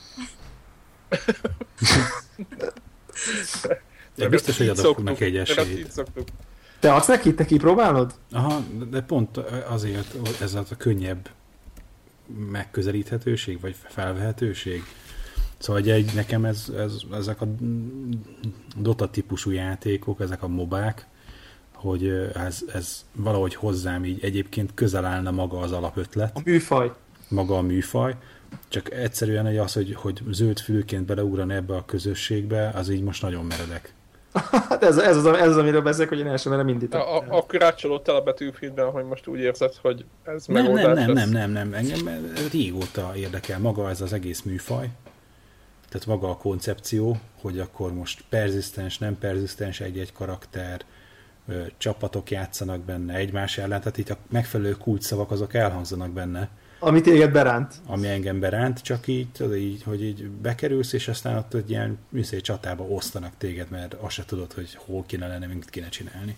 De biztos, hogy adok neki egy esélyt. Te adsz neki? Te kipróbálod? Aha, de pont azért ez a könnyebb megközelíthetőség, vagy felvehetőség. Szóval egy, nekem ez, ez, ezek a Dota típusú játékok, ezek a mobák, hogy ez, ez valahogy hozzám így egyébként közel állna maga az alapötlet. A műfaj. Maga a műfaj. Csak egyszerűen az, hogy, hogy zöld fülként beleugrani ebbe a közösségbe, az így most nagyon meredek. Hát ez, ez, az, ez az, amiről beszélek, hogy én el sem merem indítani. Akkor átcsalódtál a Battlefieldben, hogy most úgy érzed, hogy ez nem, megoldás nem, nem, nem, nem, nem, engem régóta érdekel maga ez az egész műfaj. Tehát maga a koncepció, hogy akkor most perzisztens, nem perzisztens egy-egy karakter, ö, csapatok játszanak benne egymás ellen, tehát itt a megfelelő kulcsszavak azok elhangzanak benne. Ami téged beránt. Ami engem beránt, csak így, tudod, így, hogy így bekerülsz, és aztán ott egy ilyen műszai csatába osztanak téged, mert azt se tudod, hogy hol kéne lenni, mit kéne csinálni.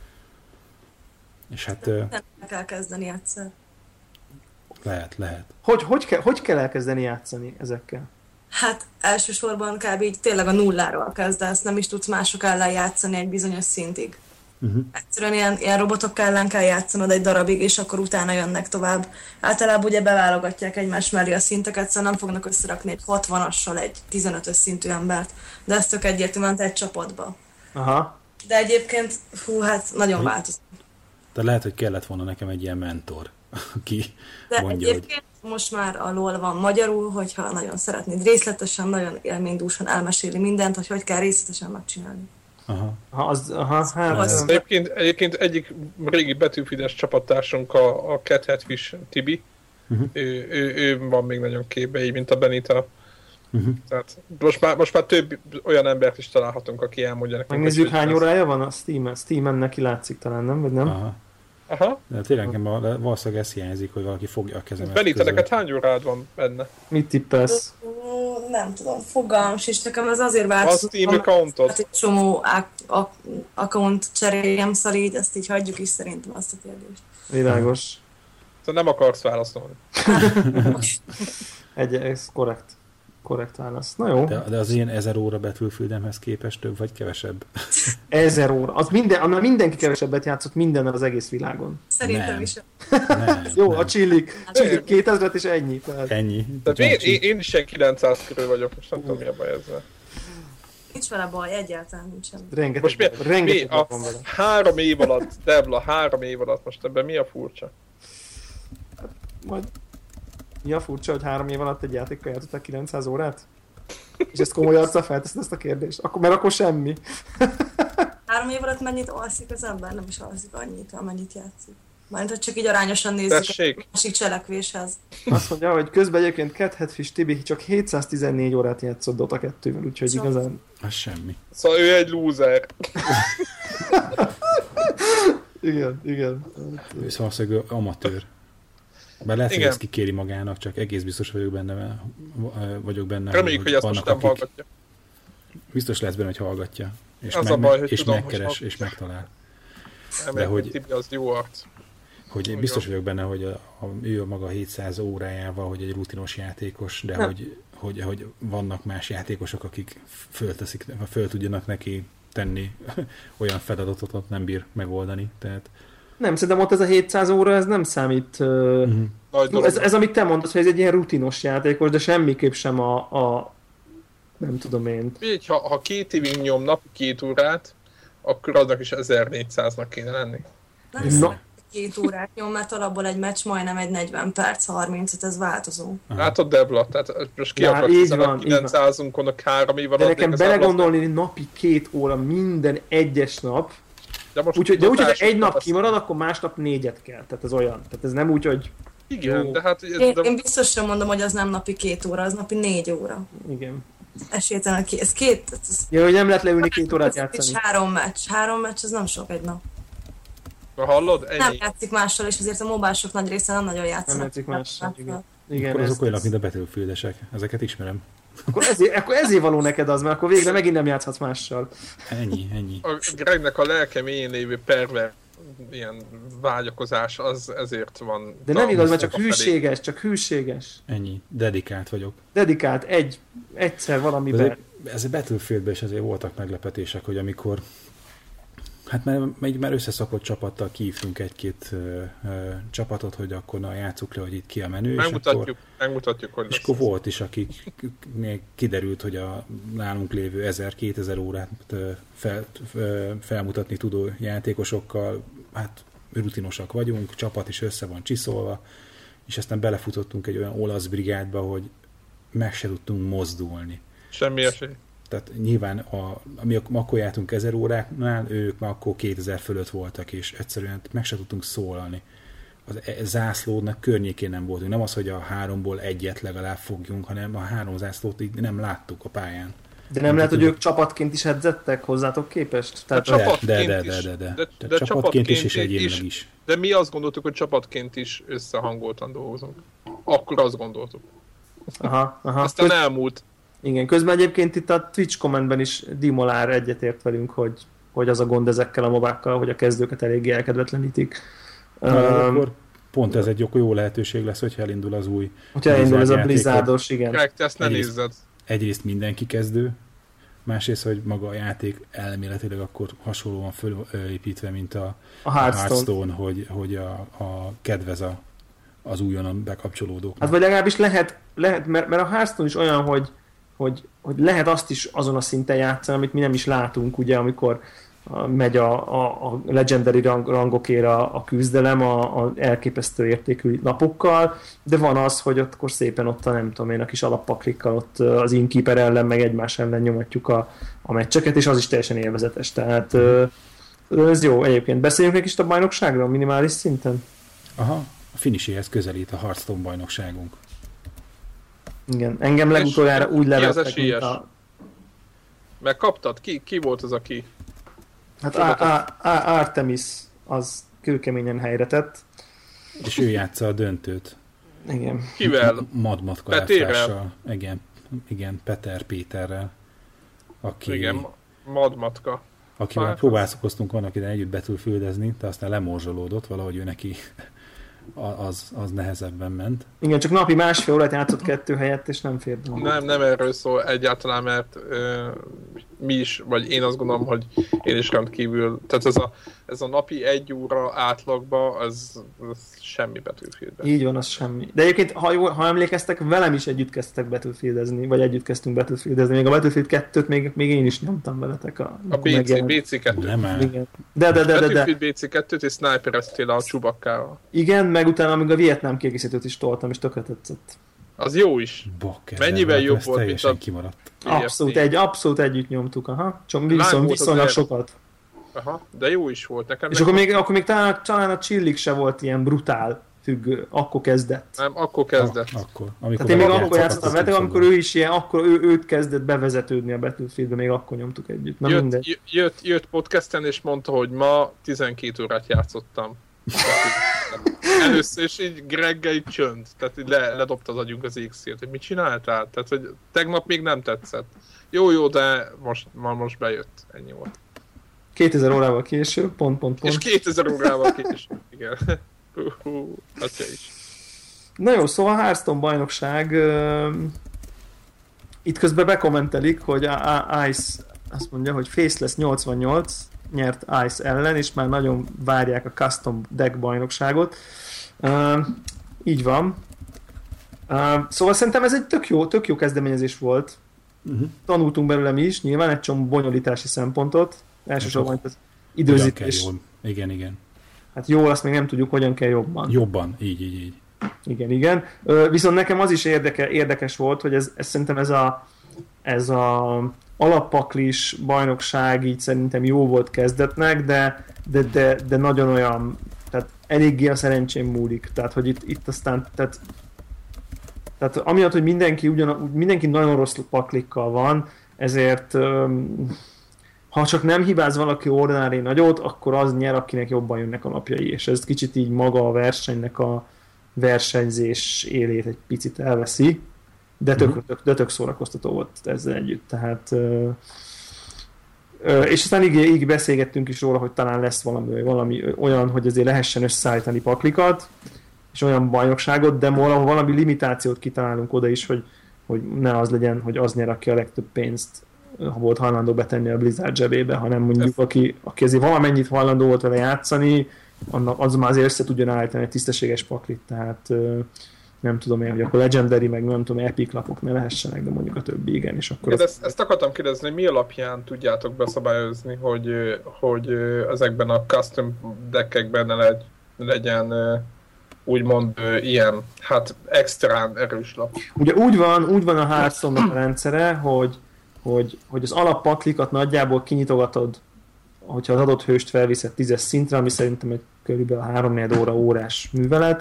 És hát... Nem kell kezdeni egyszer. Lehet, lehet. Hogy, hogy, ke, hogy kell elkezdeni játszani ezekkel? Hát elsősorban kb. Így tényleg a nulláról kezdesz, nem is tudsz mások ellen játszani egy bizonyos szintig. Uh-huh. Egyszerűen ilyen, ilyen robotok ellen kell játszanod egy darabig, és akkor utána jönnek tovább. Általában ugye beválogatják egymás mellé a szinteket, szóval nem fognak összerakni egy hatvanassal egy tizenötös szintű embert, de ez tök egyértelműen egy csapatba. Aha. De egyébként, hú, hát nagyon változó. De lehet, hogy kellett volna nekem egy ilyen mentor, aki de mondja, egyébként hogy... most már a LOL van magyarul, hogyha nagyon szeretnéd részletesen, nagyon élménydúsan elmeséli mindent, hogy hogy kell részletesen megcsinálni. Aha. Aha, az, aha, hát, az. Egyébként, egyébként egyik régi Battlefield-es csapattársunk a, a Cat Headfish Tibi, uh-huh. ő, ő, ő van még nagyon képbe, így mint a Benita. Uh-huh. Tehát most már, most már több olyan embert is találhatunk, aki elmondja nekünk. Megnézzük, hány órája van a Steam-en? Steam-en neki látszik talán, nem? Vagy nem? Aha. Aha. De tényleg valószínűleg ez hiányzik, hogy valaki fogja a kezemet. Benita, neked hány órád van benne? Mit tippelsz? nem tudom, fogalmam és nekem ez azért változott. Az Steam accountot? Egy csomó account cseréljem, szóval így ezt így hagyjuk is szerintem azt a kérdést. Világos. Szóval nem akarsz válaszolni. Egy, ez korrekt. Korrekt válasz. Na jó. De, de az én ezer óra Battlefieldemhez képest több vagy kevesebb? Ezer óra. Az minden, annál mindenki kevesebbet játszott mindennel az egész világon. Szerintem Nem. is. Nem, Jó, nem. a csillik. Csillik kétezret és ennyi. Tehát. Ennyi. Tehát én, én, én is ilyen kilencszáz körül vagyok, most nem tudom mi a baj ezzel. Nincs vele baj, egyáltalán nincsen. Rengeteg, Most mi, mi rengeteg a van vele. három év alatt, Debla, három év alatt most ebben mi a furcsa? Majd mi a furcsa, hogy három év alatt egy játékkal játszották kilencszáz órát? És ezt komoly arccal felteszed ezt a kérdést? Akkor, mert akkor semmi. Három év alatt mennyit alszik az ember? Nem is alszik annyit, amennyit játszik. Mármint, hogy csak így arányosan nézzük Tessék. a másik cselekvéshez. Azt mondja, hogy közben egyébként Cat Headfish Tibi csak hétszáztizennégy órát játszott Dota kettővel, úgyhogy Csak. igazán... Az semmi. Szóval ő egy loser. Igen, igen. Ő szóval amatőr. Bár lehet, hogy Igen. ezt kikéri magának, csak egész biztos vagyok benne, vagyok benne Reméljük, hogy ezt most nem akik, hallgatja. Biztos lesz benne, hogy hallgatja. És, Az meg, a baj, hogy és tudom, megkeres, hogy és megtalál. Reméljük, hogy- hogy Tibi az jó arc. Hogy Úgy biztos van. vagyok benne, hogy a, a, ő a maga hétszáz órájával, hogy egy rutinos játékos, de Nem. hogy, hogy, hogy vannak más játékosok, akik fölteszik, föl tudjanak neki tenni olyan feladatot, amit nem bír megoldani. Tehát, Nem, szerintem ott ez a hétszáz óra, ez nem számít... Uh, uh-huh. Nagy dolog. ez, ez, amit te mondasz, hogy ez egy ilyen rutinos játékos, de semmiképp sem a... a nem tudom én. Így, ha, ha két évig nyom napi két órát, akkor annak is ezernégyszáznak kéne lenni. Nem Na. hiszem, hogy két órát nyom, mert alapból egy meccs majdnem egy negyven perc, harmincet, ez változó. Aha. Látod, Debla? Tehát most ki Ja, akarsz így hiszen van, a így van. kilencszázunkon a három év alatt De nekem igazából belegondolni, hogy napi két óra minden egyes nap, De, most úgyhogy, de úgy, hogy totál egy nap sokat kimarad, akkor másnap négyet kell. Tehát ez olyan. Tehát ez nem úgy, hogy... Igen, Jó. de hát... Én, De, én biztos sem mondom, hogy az nem napi két óra, az napi négy óra. Igen. Esélytelen, ki- ez két... Ez, Ja, hogy nem lehet leülni két órát és játszani. három meccs. Három meccs, ez nem sok egy nap. Na, hallod? Nem Ennyi. játszik mással, és azért a mobások nagy része nem nagyon játszanak. Nem játszik mással, igen. Igen, Akkor ez, azok olyanok, mint a Battlefield-esek. Ezeket ismerem. akkor, ezért, akkor ezért való neked az, mert akkor végre megint nem játszhatsz mással. Ennyi, ennyi. A Gregnek a lelke mélyén lévő perver ilyen vágyakozás, az ezért van. De nem igaz, mert a csak felé. hűséges, csak hűséges. Ennyi. Dedikált vagyok. Dedikált egy, egyszer valamiben. Azért, ez a Battlefieldben is azért voltak meglepetések, hogy amikor hát már, már összeszokott csapattal kihívtunk egy-két ö, ö, csapatot, hogy akkor na játsszuk le, hogy itt ki a menő, és Megmutatjuk, akkor, megmutatjuk, hogy és lesz akkor ez. volt is, akiknél kiderült, hogy a nálunk lévő ezer-kétezer órát ö, fel, ö, felmutatni tudó játékosokkal, hát rutinosak vagyunk, csapat is össze van csiszolva, és aztán belefutottunk egy olyan olasz brigádba, hogy meg se tudtunk mozdulni. Semmi esély. Tehát nyilván, a, mi akkor jártunk ezer óráknál, ők már akkor kétezer fölött voltak, és egyszerűen meg se tudtunk szólalni. Az e- zászlónak környékén nem voltunk. Nem az, hogy a háromból egyet legalább fogjunk, hanem a három zászlót így nem láttuk a pályán. De nem lehet, hogy ők csapatként is edzettek hozzátok képest? Tehát De csapatként de, de, is. de, de, de. De- de, de csapatként is, és csapatként egyénileg is. is. De mi azt gondoltuk, hogy csapatként is összehangoltan dolgozunk. Akkor azt gondoltuk. aha, aha. Aztán Köz, elmúlt. igen, közben egyébként itt a Twitch kommentben is Dimolár egyetért velünk, hogy, hogy az a gond ezekkel a mobákkal, hogy a kezdőket eléggé elkedvetlenítik. Na, Um, akkor pont ez egy jó lehetőség lesz, hogyha elindul az új hogyha elindul ez a játékot. Blizzardos, igen. Greg, te ezt ne Egyrészt- nézzed. Egyrészt mindenki kezdő, másrészt, hogy maga a játék elméletileg akkor hasonlóan fölépítve, mint a, A a Hearthstone. Hearthstone, hogy, hogy a, a kedvez a, az újonnan bekapcsolódóknak. Hát vagy legalábbis lehet, lehet mert, mert a Hearthstone is olyan, hogy, hogy, hogy lehet azt is azon a szinten játszani, amit mi nem is látunk, ugye, amikor a, megy a, a, a legendary rang, rangokért a, a küzdelem a, a elképesztő értékű napokkal, de van az, hogy ott, akkor szépen ott a nem tudom én, a kis alappaklikkal ott az Innkeeper ellen, meg egymás ellen nyomatjuk a, a meccseket, és az is teljesen élvezetes. Tehát ez jó. Egyébként beszéljünk egy kicsit a bajnokságról, minimális szinten? Aha, a finiséhez közelít a Hearthstone bajnokságunk. Igen, engem legutoljára úgy ki az levettek, mint esélyes? a... Megkaptad? Ki, ki volt az, aki? Hát a, a, a Artemis az kőkeményen helyre tett. És ő játsza a döntőt. Igen. Kivel? Madmat Petérrel? karáfrással. Igen. igen, Peter Péterrel, aki... Igen, Madmatka. Akivel próbálkoztunk annak idején együtt Battlefieldezni, de aztán lemorzsolódott, valahogy ő neki az, az nehezebben ment. Igen, csak napi másfél órát játszott kettő helyett, és nem fér. Nem, nem erről szól egyáltalán, mert ö, mi is, vagy én azt gondolom, hogy én is rendkívül, tehát ez a, ez a napi egy óra átlagban, az, az semmi Battlefieldben. Így van, az semmi. De egyébként, ha, jó, ha emlékeztek, velem is együtt kezdtek Battlefieldezni, vagy együtt kezdtünk Battlefieldezni. Még a Battlefield kettőt még, még én is nyomtam veletek. A, a bé cé, bé cé kettő. Nem áll. Igen. De, de, de, de, de. Battlefield bé cé kettőt és snipereztél a Chewbaccával. Igen, meg utána még a Vietnám kiegészítőt is toltam, és tökre tetszett. Az jó is. Bakker, mennyivel jobb volt, mint a... kimaradt. Abszolút, egy, abszolút együtt nyomtuk, aha. Csak viszont, viszonylag sokat. Aha, de jó is volt nekem. És akkor még, akkor még talán, talán a Csillig se volt ilyen brutál függő, akkor kezdett. Nem, akkor kezdett. Ah, akkor. Amikor Tehát én még akkor játszottam vele, amikor ő is ilyen, akkor ő, őt kezdett bevezetődni a Battlefieldbe, még akkor nyomtuk együtt. Na jött, jött, jött podcasten és mondta, hogy ma tizenkét órát játszottam. Először is így Greggel így csönd, tehát így le, ledobta az agyunk az égszírt, hogy mit csináltál? Tehát, hogy tegnap még nem tetszett. Jó, jó, de most, ma most bejött, ennyi volt. kétezer órával később, pont, pont, pont. És kétezer órával később, igen. Hú, atya is. Na jó, szóval a Hearthstone bajnokság, uh, itt közben bekommentelik, hogy a, a Ice azt mondja, hogy Faceless nyolcvannyolc nyert Ice ellen, és már nagyon várják a Custom Deck bajnokságot. Uh, így van. Uh, szóval szerintem ez egy tök jó, tök jó kezdeményezés volt. Uh-huh. Tanultunk belőle mi is, nyilván egy csomó bonyolítási szempontot. Elsősorban az időzítés. Igen, igen. Hát jól, azt még nem tudjuk, hogyan kell jobban. Jobban, így, így, így. Igen, igen. Viszont nekem az is érdeke, érdekes volt, hogy ez, ez szerintem ez a, ez a alappaklis bajnokság így szerintem jó volt kezdetnek, de, de, de, de nagyon olyan, tehát eléggé a szerencsém múlik. Tehát, hogy itt, itt aztán, tehát, tehát amiatt, hogy mindenki, ugyan, mindenki nagyon rossz paklikkal van, ezért ha csak nem hibáz valaki ordinári nagyot, akkor az nyer, akinek jobban jönnek a napjai, és ez kicsit így maga a versenynek a versenyzés élét egy picit elveszi, de tök, tök, de tök szórakoztató volt ezzel együtt. Tehát, ö, ö, és aztán így, így beszélgettünk is róla, hogy talán lesz valami, valami olyan, hogy azért lehessen összeállítani paklikat, és olyan bajnokságot, de valahol valami limitációt kitalálunk oda is, hogy, hogy ne az legyen, hogy az nyer, aki a legtöbb pénzt ha volt hajlandó betenni a Blizzard zsebébe, hanem mondjuk aki, aki azért valamennyit hajlandó volt vele játszani, annak, az már azért össze tudjon állítani egy tisztességes paklit, tehát nem tudom én, hogy akkor Legendary, meg nem tudom, Epic lapok ne lehessenek, de mondjuk a többi igen, és akkor... Az... Ezt, ezt akartam kérdezni, hogy mi alapján tudjátok beszabályozni, hogy, hogy ezekben a custom deckekben ne legy, legyen úgymond ilyen, hát extrán erős lap. Ugye úgy van, úgy van a Hearthstone-nak a rendszere, hogy Hogy, hogy az alappaklikat nagyjából kinyitogatod, hogyha az adott hőst felviszed tízes szintre, ami szerintem egy körülbelül három-négy óra órás művelet,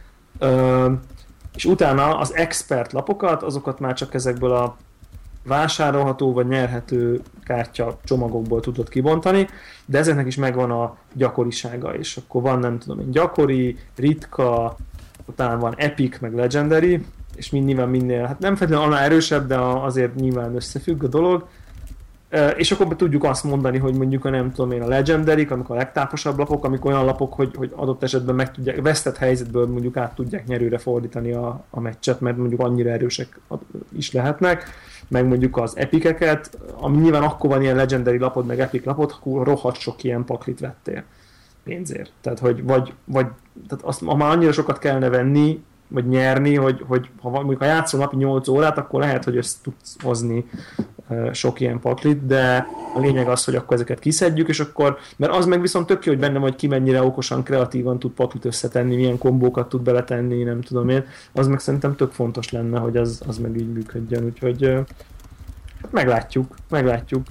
Ö, és utána az expert lapokat, azokat már csak ezekből a vásárolható vagy nyerhető kártya csomagokból tudod kibontani, de ezeknek is megvan a gyakorisága, és akkor van nem tudom én gyakori, ritka, utána van epic, meg legendary, és mind, nyilván minél, hát nem feltétlenül annál erősebb, de azért nyilván összefügg a dolog. E, és akkor tudjuk azt mondani, hogy mondjuk a nem tudom én a legendaryk, amik a legtáposabb lapok, amik olyan lapok, hogy, hogy adott esetben meg tudják, vesztett helyzetből mondjuk át tudják nyerőre fordítani a, a meccset, mert mondjuk annyira erősek is lehetnek, meg mondjuk az epikeket, ami nyilván akkor van ilyen legendary lapod, meg epic lapod, akkor rohadt sok ilyen paklit vettél pénzért. Tehát, hogy vagy, vagy tehát azt, ha már annyira sokat kellene venni, vagy nyerni, hogy, hogy ha mondjuk ha játszol napi nyolc órát, akkor lehet, hogy össze tudsz hozni uh, sok ilyen paklit, de a lényeg az, hogy akkor ezeket kiszedjük, és akkor, mert az meg viszont tök jó, hogy benne vagy ki mennyire okosan, kreatívan tud paklit összetenni, milyen kombókat tud beletenni, nem tudom én, az meg szerintem tök fontos lenne, hogy az, az meg így működjön, úgyhogy uh, meglátjuk, meglátjuk.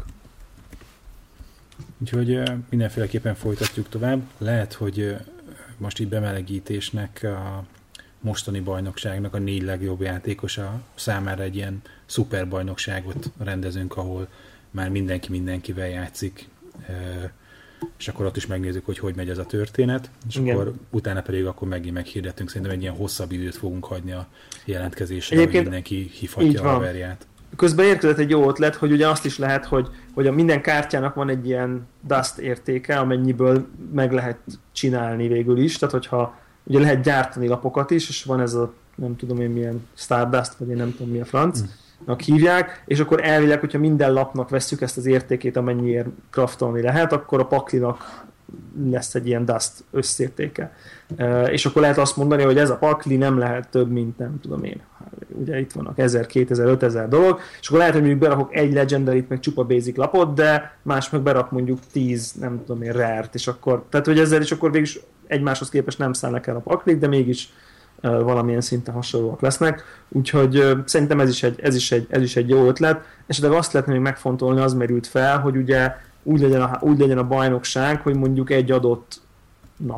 Úgyhogy uh, mindenféleképpen folytatjuk tovább. Lehet, hogy uh, most itt bemelegítésnek a mostani bajnokságnak a négy legjobb játékosa számára egy ilyen szuper bajnokságot rendezünk, ahol már mindenki mindenkivel játszik. és akkor ott is megnézzük, hogy hogy megy ez a történet, és igen. akkor utána pedig akkor megint meghirdetünk, szerintem egy ilyen hosszabb időt fogunk hagyni a jelentkezésre, hogy mindenki hívhatja a haverját. Közben érkezett egy jó ötlet, hogy ugye azt is lehet, hogy, hogy a minden kártyának van egy ilyen dust értéke, amennyiből meg lehet csinálni végül is, tehát hogyha ugye lehet gyártani lapokat is, és van ez a nem tudom én milyen Stardust, vagy én nem tudom mi a franc, mm. hívják, és akkor elvileg, hogyha minden lapnak vesszük ezt az értékét, amennyiért craftolni lehet, akkor a paklinak lesz egy ilyen dust összértéke. Uh, és akkor lehet azt mondani, hogy ez a pakli nem lehet több, mint nem tudom én. Ugye itt vannak ezer, kétezer, ötezer dolog, és akkor lehet, hogy mondjuk berakok egy legendarit, meg csupa basic lapot, de más meg berak mondjuk tíz, nem tudom én, rare-t, és akkor, tehát hogy ezzel is akkor végül egymáshoz képest nem szállnak el a paklik, de mégis uh, valamilyen szinten hasonlóak lesznek, úgyhogy uh, szerintem ez is, egy, ez, is egy, ez is egy jó ötlet. Esetleg azt lehetne még megfontolni, az merült fel, hogy ugye úgy legyen a, úgy legyen a bajnokság, hogy mondjuk egy adott nap.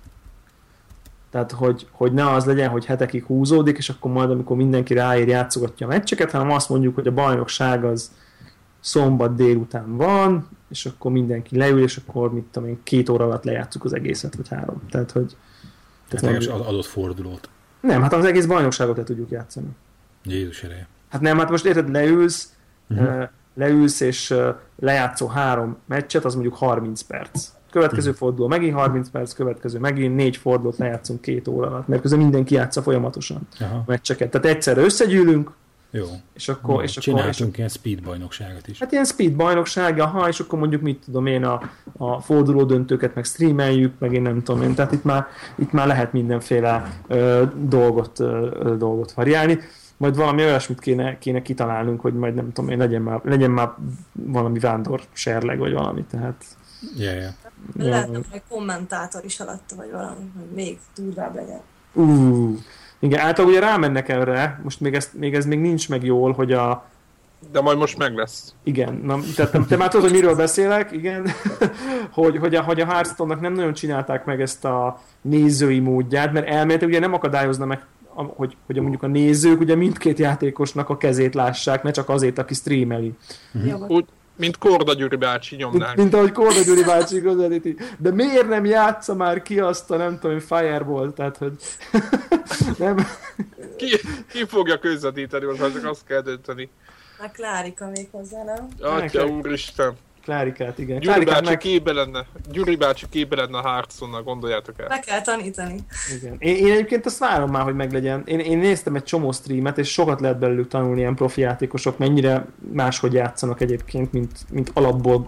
Tehát, hogy, hogy ne az legyen, hogy hetekig húzódik, és akkor majd, amikor mindenki ráér, játszogatja a meccseket, hanem azt mondjuk, hogy a bajnokság az szombat délután van, és akkor mindenki leül, és akkor mit tudom én, két óra alatt lejátszuk az egészet, vagy három. Tehát, hogy... Tehát az adott fordulót. Nem, hát az egész bajnokságot le tudjuk játszani. Jézus ereje. Hát nem, hát most érted, leülsz, uh-huh. leülsz, és lejátszol három meccset, az mondjuk harminc perc. Következő uh-huh. forduló megint harminc perc, következő megint négy fordulót lejátszunk két óra alatt, mert közben mindenki játsza folyamatosan a meccseket. Tehát egyszerre összegyűlünk, jó. És akkor, jó, és csináltunk akkor, és ilyen speed bajnokságot is. Hát ilyen speed bajnokság, aha, és akkor mondjuk mit tudom én, a, a forduló döntőket meg streameljük, meg én nem tudom én, tehát itt már, itt már lehet mindenféle ö, dolgot, ö, dolgot variálni. Majd valami olyasmit kéne, kéne kitalálnunk, hogy majd nem tudom én, legyen már, legyen már valami vándor serleg, vagy valami, tehát... Yeah, yeah. Lehetne egy kommentátor is alatta, vagy valami, hogy még durvább legyen. Uh, igen, általában ugye rámennek erre, most még, ezt, még ez még nincs meg jól, hogy a... De majd most meg lesz. Igen, na, tehát te, te már tudod, hogy miről beszélek, igen, hogy, hogy, a, hogy a Hearthstone-nak nem nagyon csinálták meg ezt a nézői módját, mert elméletileg ugye nem akadályozna meg, hogy, hogy mondjuk a nézők ugye mindkét játékosnak a kezét lássák, ne csak azért, aki streameli. Uh-huh. Úgy, mint Korda Gyuri bácsi nyomnánk. Mint, mint ahogy Korda Gyuri bácsi közvetíti. De miért nem játsza már ki azt a nem tudom, Fireball, tehát hogy... nem... Ki, ki fogja közvetíteni, most már csak azt kell dönteni. A Klárika még hozzá, nem? Atya úristen. Klárikát, igen. Gyuri bácsi meg... képbe lenne, Gyuri bácsi képbe lenne a Hearthstone-nal, gondoljátok el. Meg kell tanítani. Igen. Én, én egyébként azt várom már, hogy meglegyen. Én, én néztem egy csomó streamet, és sokat lehet belőlük tanulni ilyen profi játékosok, mennyire máshogy játszanak egyébként, mint, mint alapból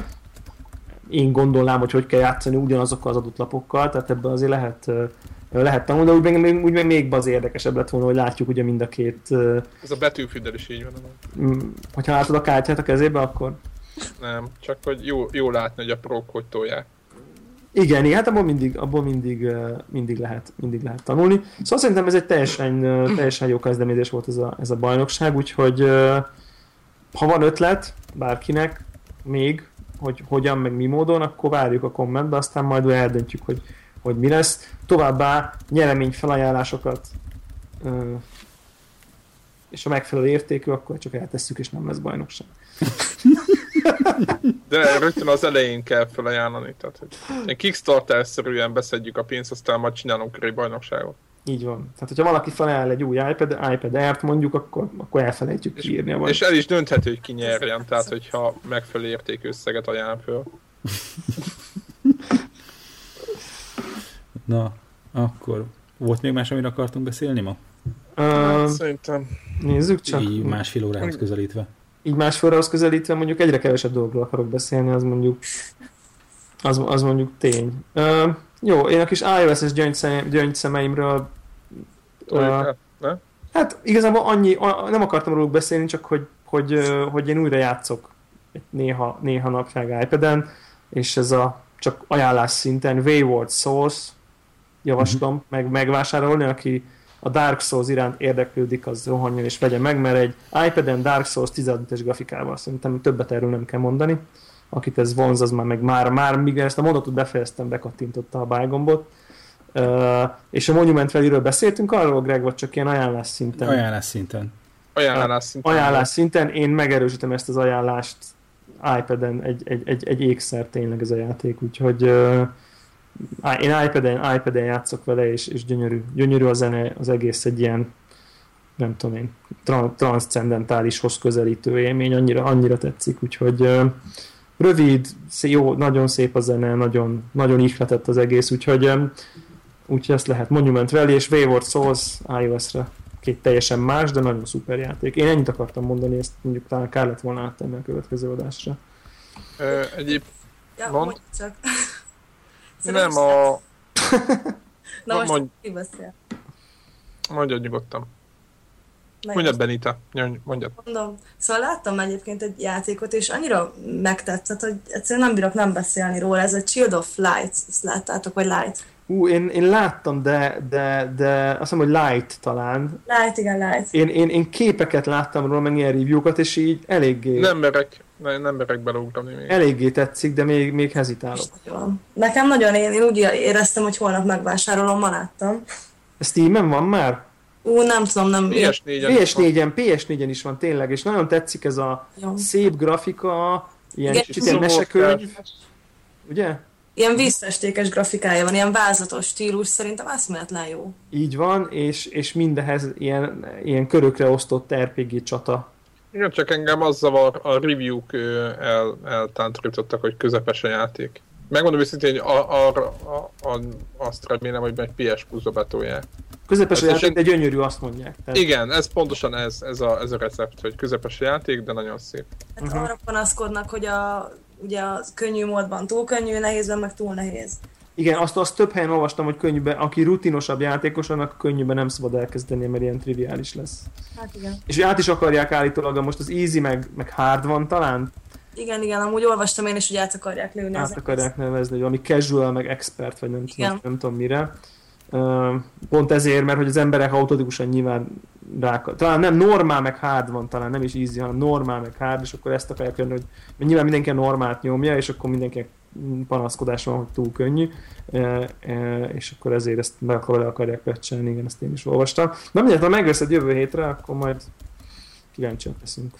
én gondolnám, hogy hogy kell játszani ugyanazokkal az adott lapokkal, tehát ebben azért lehet, lehet tanulni, de úgy meg, úgy meg még az érdekesebb lett volna, hogy látjuk ugye mind a két... Ez a betűfüddel is így van. Nem? Hogyha látod a kártyát a kezébe, akkor... Nem, csak hogy jó, jó látni, hogy a prók hogy tolják. Igen, igen, hát abból mindig, abból mindig, mindig, lehet, mindig lehet tanulni. Szóval szerintem ez egy teljesen, teljesen jó kezdeményezés volt ez a, ez a bajnokság, úgyhogy ha van ötlet bárkinek még, hogy hogyan, meg mi módon, akkor várjuk a kommentbe, aztán majd eldöntjük, hogy, hogy mi lesz. Továbbá nyeremény felajánlásokat és a megfelelő értékű, akkor csak eltesszük, és nem lesz bajnokság. De rögtön az elején kell felajánlani, tehát hogy egy Kickstarter-szerűen beszedjük a pénzt, aztán majd csinálunk köré bajnokságot. Így van. Tehát, hogyha valaki felajánl egy új iPad, iPad Air-t mondjuk, akkor, akkor elfelejtjük kiírni a bajnokságot. És el is dönthető, hogy ki nyerjen, tehát hogyha megfelelő értékű összeget ajánl föl. Na, akkor volt még más, amire akartunk beszélni ma? Uh, Szerintem. Nézzük csak. Így másfél órához közelítve. Így másfél órához közelítve mondjuk egyre kevesebb dologról akarok beszélni, az mondjuk az, az mondjuk tény. Uh, jó, én a kis iOS-es gyöngyszem, gyöngyszemeimről uh, hát igazából annyi, nem akartam róluk beszélni, csak hogy, hogy, uh, hogy én újra játszok néha, néha napság iPad-en, és ez a csak ajánlás szinten Wayward Souls javaslom mm-hmm. meg, megvásárolni, aki a Dark Souls iránt érdeklődik, az rohanjon és vegye meg, mert egy iPad-en Dark Souls tizenötös grafikával szerintem többet erről nem kell mondani. Akit ez vonz, az már meg már, már míg ezt a mondatot befejeztem, bekattintotta a bájgombot. Uh, és a Monument Valley-ről beszéltünk arról, Greg, vagy csak ilyen ajánlás szinten? Ajánlás szinten. Ajánlás szinten. Ajánlás szinten. Én megerősítem ezt az ajánlást iPad-en egy, egy, egy, egy ékszer tényleg ez a játék, úgyhogy uh, én iPad-en, iPad-en játszok vele, és, és gyönyörű, gyönyörű a zene, az egész egy ilyen, nem tudom én, tra- transzcendentálishoz közelítő élmény, annyira, annyira tetszik, úgyhogy uh, rövid, jó, nagyon szép a zene, nagyon, nagyon ihletett az egész, úgyhogy, um, úgyhogy ezt lehet Monument Valley és Wayward Souls iOS-re. Két teljesen más, de nagyon szuper játék. Én ennyit akartam mondani, ezt mondjuk talán kár lett volna áttenni a következő adásra. Ö, egyéb... Ja, Mond? mondj csak. Nem a... Na most Mondj. ki beszél? Mondjad nyugodtan. Na, Mondjad, Benita. Mondjad. Mondom. Szóval láttam egyébként egy játékot, és annyira megtetszett, hogy egyszerűen nem bírok nem beszélni róla. Ez a Child of Light. Ezt láttátok, vagy Light? Ú, én, én láttam, de, de, de azt hiszem, hogy Light talán. Light, igen, Light. Én, én, én képeket láttam róla, meg ilyen review-kat, és így eléggé, Nem merek, nem, nem merek beleugrani még. eléggé tetszik, de még, még hezitálok. Nagyon. Nekem nagyon, én, én úgy éreztem, hogy holnap megvásárolom, ma láttam. Steam-en van már? Ú, nem tudom, nem... pé es négyen. pé es négyen, pé es négyen is van tényleg, és nagyon tetszik ez a Jó. szép grafika, ilyen Igen, kicsit ilyen mesekönyv, ugye? Ilyen vízfestékes grafikája van, ilyen vázatos stílus, szerintem eszméletlen jó. Így van, és, és mindehez ilyen, ilyen körökre osztott er pé gé csata. Igen, csak engem az zavar, a review-k ö, el, eltántorítottak, hogy közepes a játék. Megmondom őszintén, hogy a, a, a, a, azt remélem, hogy meg pé es Plus-ba betolják. Közepes a Hát, játék, és- de gyönyörű, azt mondják. Tehát Igen, ez pontosan ez, ez, a, ez a recept, hogy közepes a játék, de nagyon szép. Hát Mhm. uh-huh. arra panaszkodnak, hogy a, ugye a könnyű módban túl könnyű, nehézben meg túl nehéz. Igen, azt, azt több helyen olvastam, hogy könnyűben, aki rutinosabb játékos, annak könnyűben nem szabad elkezdeni, mert ilyen triviális lesz. Hát igen. És át is akarják állítólag, most az easy meg, meg hard van talán, Igen, igen, amúgy olvastam én is, hogy át akarják lőni az át akarják nevezni, hogy valami casual, meg expert, vagy nem tudom, Igen. nem tudom mire. Ö, Pont ezért, mert hogy az emberek automatikusan nyilván rá, talán nem normál, meg hard van, talán nem is easy, hanem normál, meg hard, és akkor ezt akarják jönni, hogy mert nyilván mindenki a normált nyomja, és akkor mindenkinek panaszkodás van, hogy túl könnyű, e, e, és akkor ezért ezt be akar, le akarják pecselni, igen, ezt én is olvastam. Na mindjárt, ha megveszed jövő hétre, akkor majd kíváncsiak leszünk.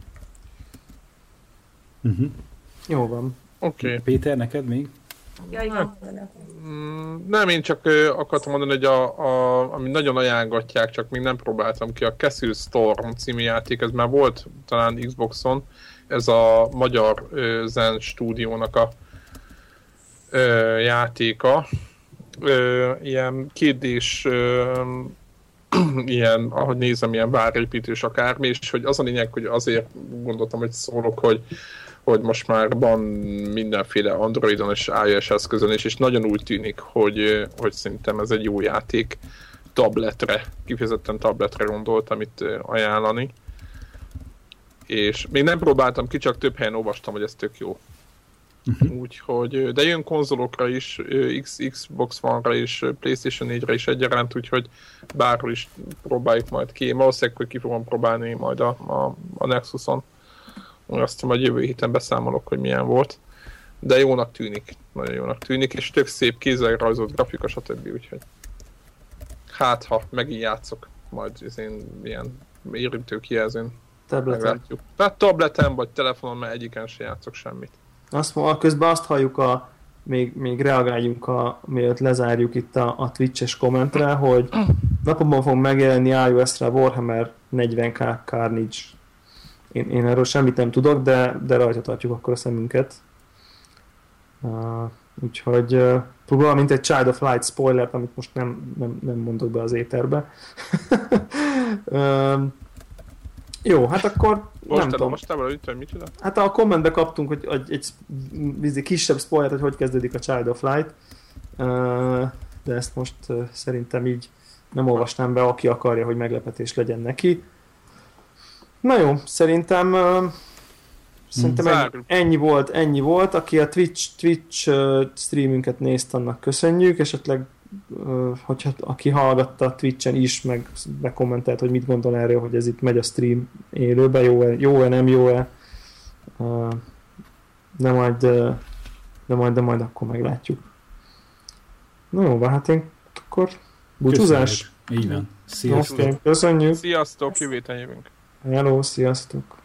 Uh-huh. Jó van. Oké. Okay. Péter, neked még? Ja, igen. Mm, nem, én csak ö, akartam mondani, hogy a, a, ami nagyon ajánlgatják, csak még nem próbáltam ki, a Castle Storm című játék, ez már volt talán Xboxon, ez a magyar ö, Zen stúdiónak a ö, játéka. Ö, ilyen kétdés, ilyen, ahogy nézem, ilyen várépítés akármi, és hogy az a lényeg, hogy azért gondoltam, hogy szólok, hogy hogy most már van mindenféle Androidon és iOS eszközön is, és nagyon úgy tűnik, hogy, hogy szerintem ez egy jó játék tabletre, kifejezetten tabletre gondoltam itt ajánlani. És még nem próbáltam ki, csak több helyen olvastam, hogy ez tök jó. Uh-huh. Úgyhogy, de jön konzolokra is, X, Xbox One-ra és PlayStation négyre is egyaránt, úgyhogy bárhol is próbáljuk majd ki. Valószínűleg, hogy ki fogom próbálni majd a, a, a Nexuson. Azt hiszem, hogy jövő héten beszámolok, hogy milyen volt. De jónak tűnik. Nagyon jónak tűnik, és tök szép kézzel rajzolt grafika, stb. Úgyhogy hát, ha megint játszok, majd én ilyen érintő kijelzőn meglátjuk. Tehát tableten vagy telefonon, mert egyiken se játszok semmit. Azt, közben azt halljuk, a, még, még reagáljunk, a, mielőtt lezárjuk itt a, a Twitch-es kommentre, hogy napokban fog megjelenni iOS-re Warhammer negyven ká Carnage. Én, én erről semmit nem tudok, de, de rajta tartjuk akkor a szemünket. Uh, úgyhogy uh, próbálom, mint egy Child of Light spoilert, amit most nem, nem, nem mondok be az éterbe. uh, jó, hát akkor most nem tudom. Most távolra üttem, mit csinál? Hát a kommentbe kaptunk hogy egy, egy, egy kisebb spoilert, hogy hogy kezdődik a Child of Light. Uh, de ezt most uh, szerintem így nem olvasnám be, aki akarja, hogy meglepetés legyen neki. Na jó, szerintem uh, szerintem ennyi, ennyi volt, ennyi volt. Aki a Twitch, Twitch uh, streamünket nézte, annak köszönjük, esetleg uh, hogyha aki hallgatta Twitchen is, meg bekommentelt, hogy mit gondol erről, hogy ez itt megy a stream élőben, jó-e, jó-e nem jó-e. Uh, de majd uh, de majd, de majd akkor meglátjuk. Na jó, hát én akkor búcsúzás. Így van. Sziasztok. Okay, köszönjük. Sziasztok, jövő héten jövünk. Hello, sziasztok.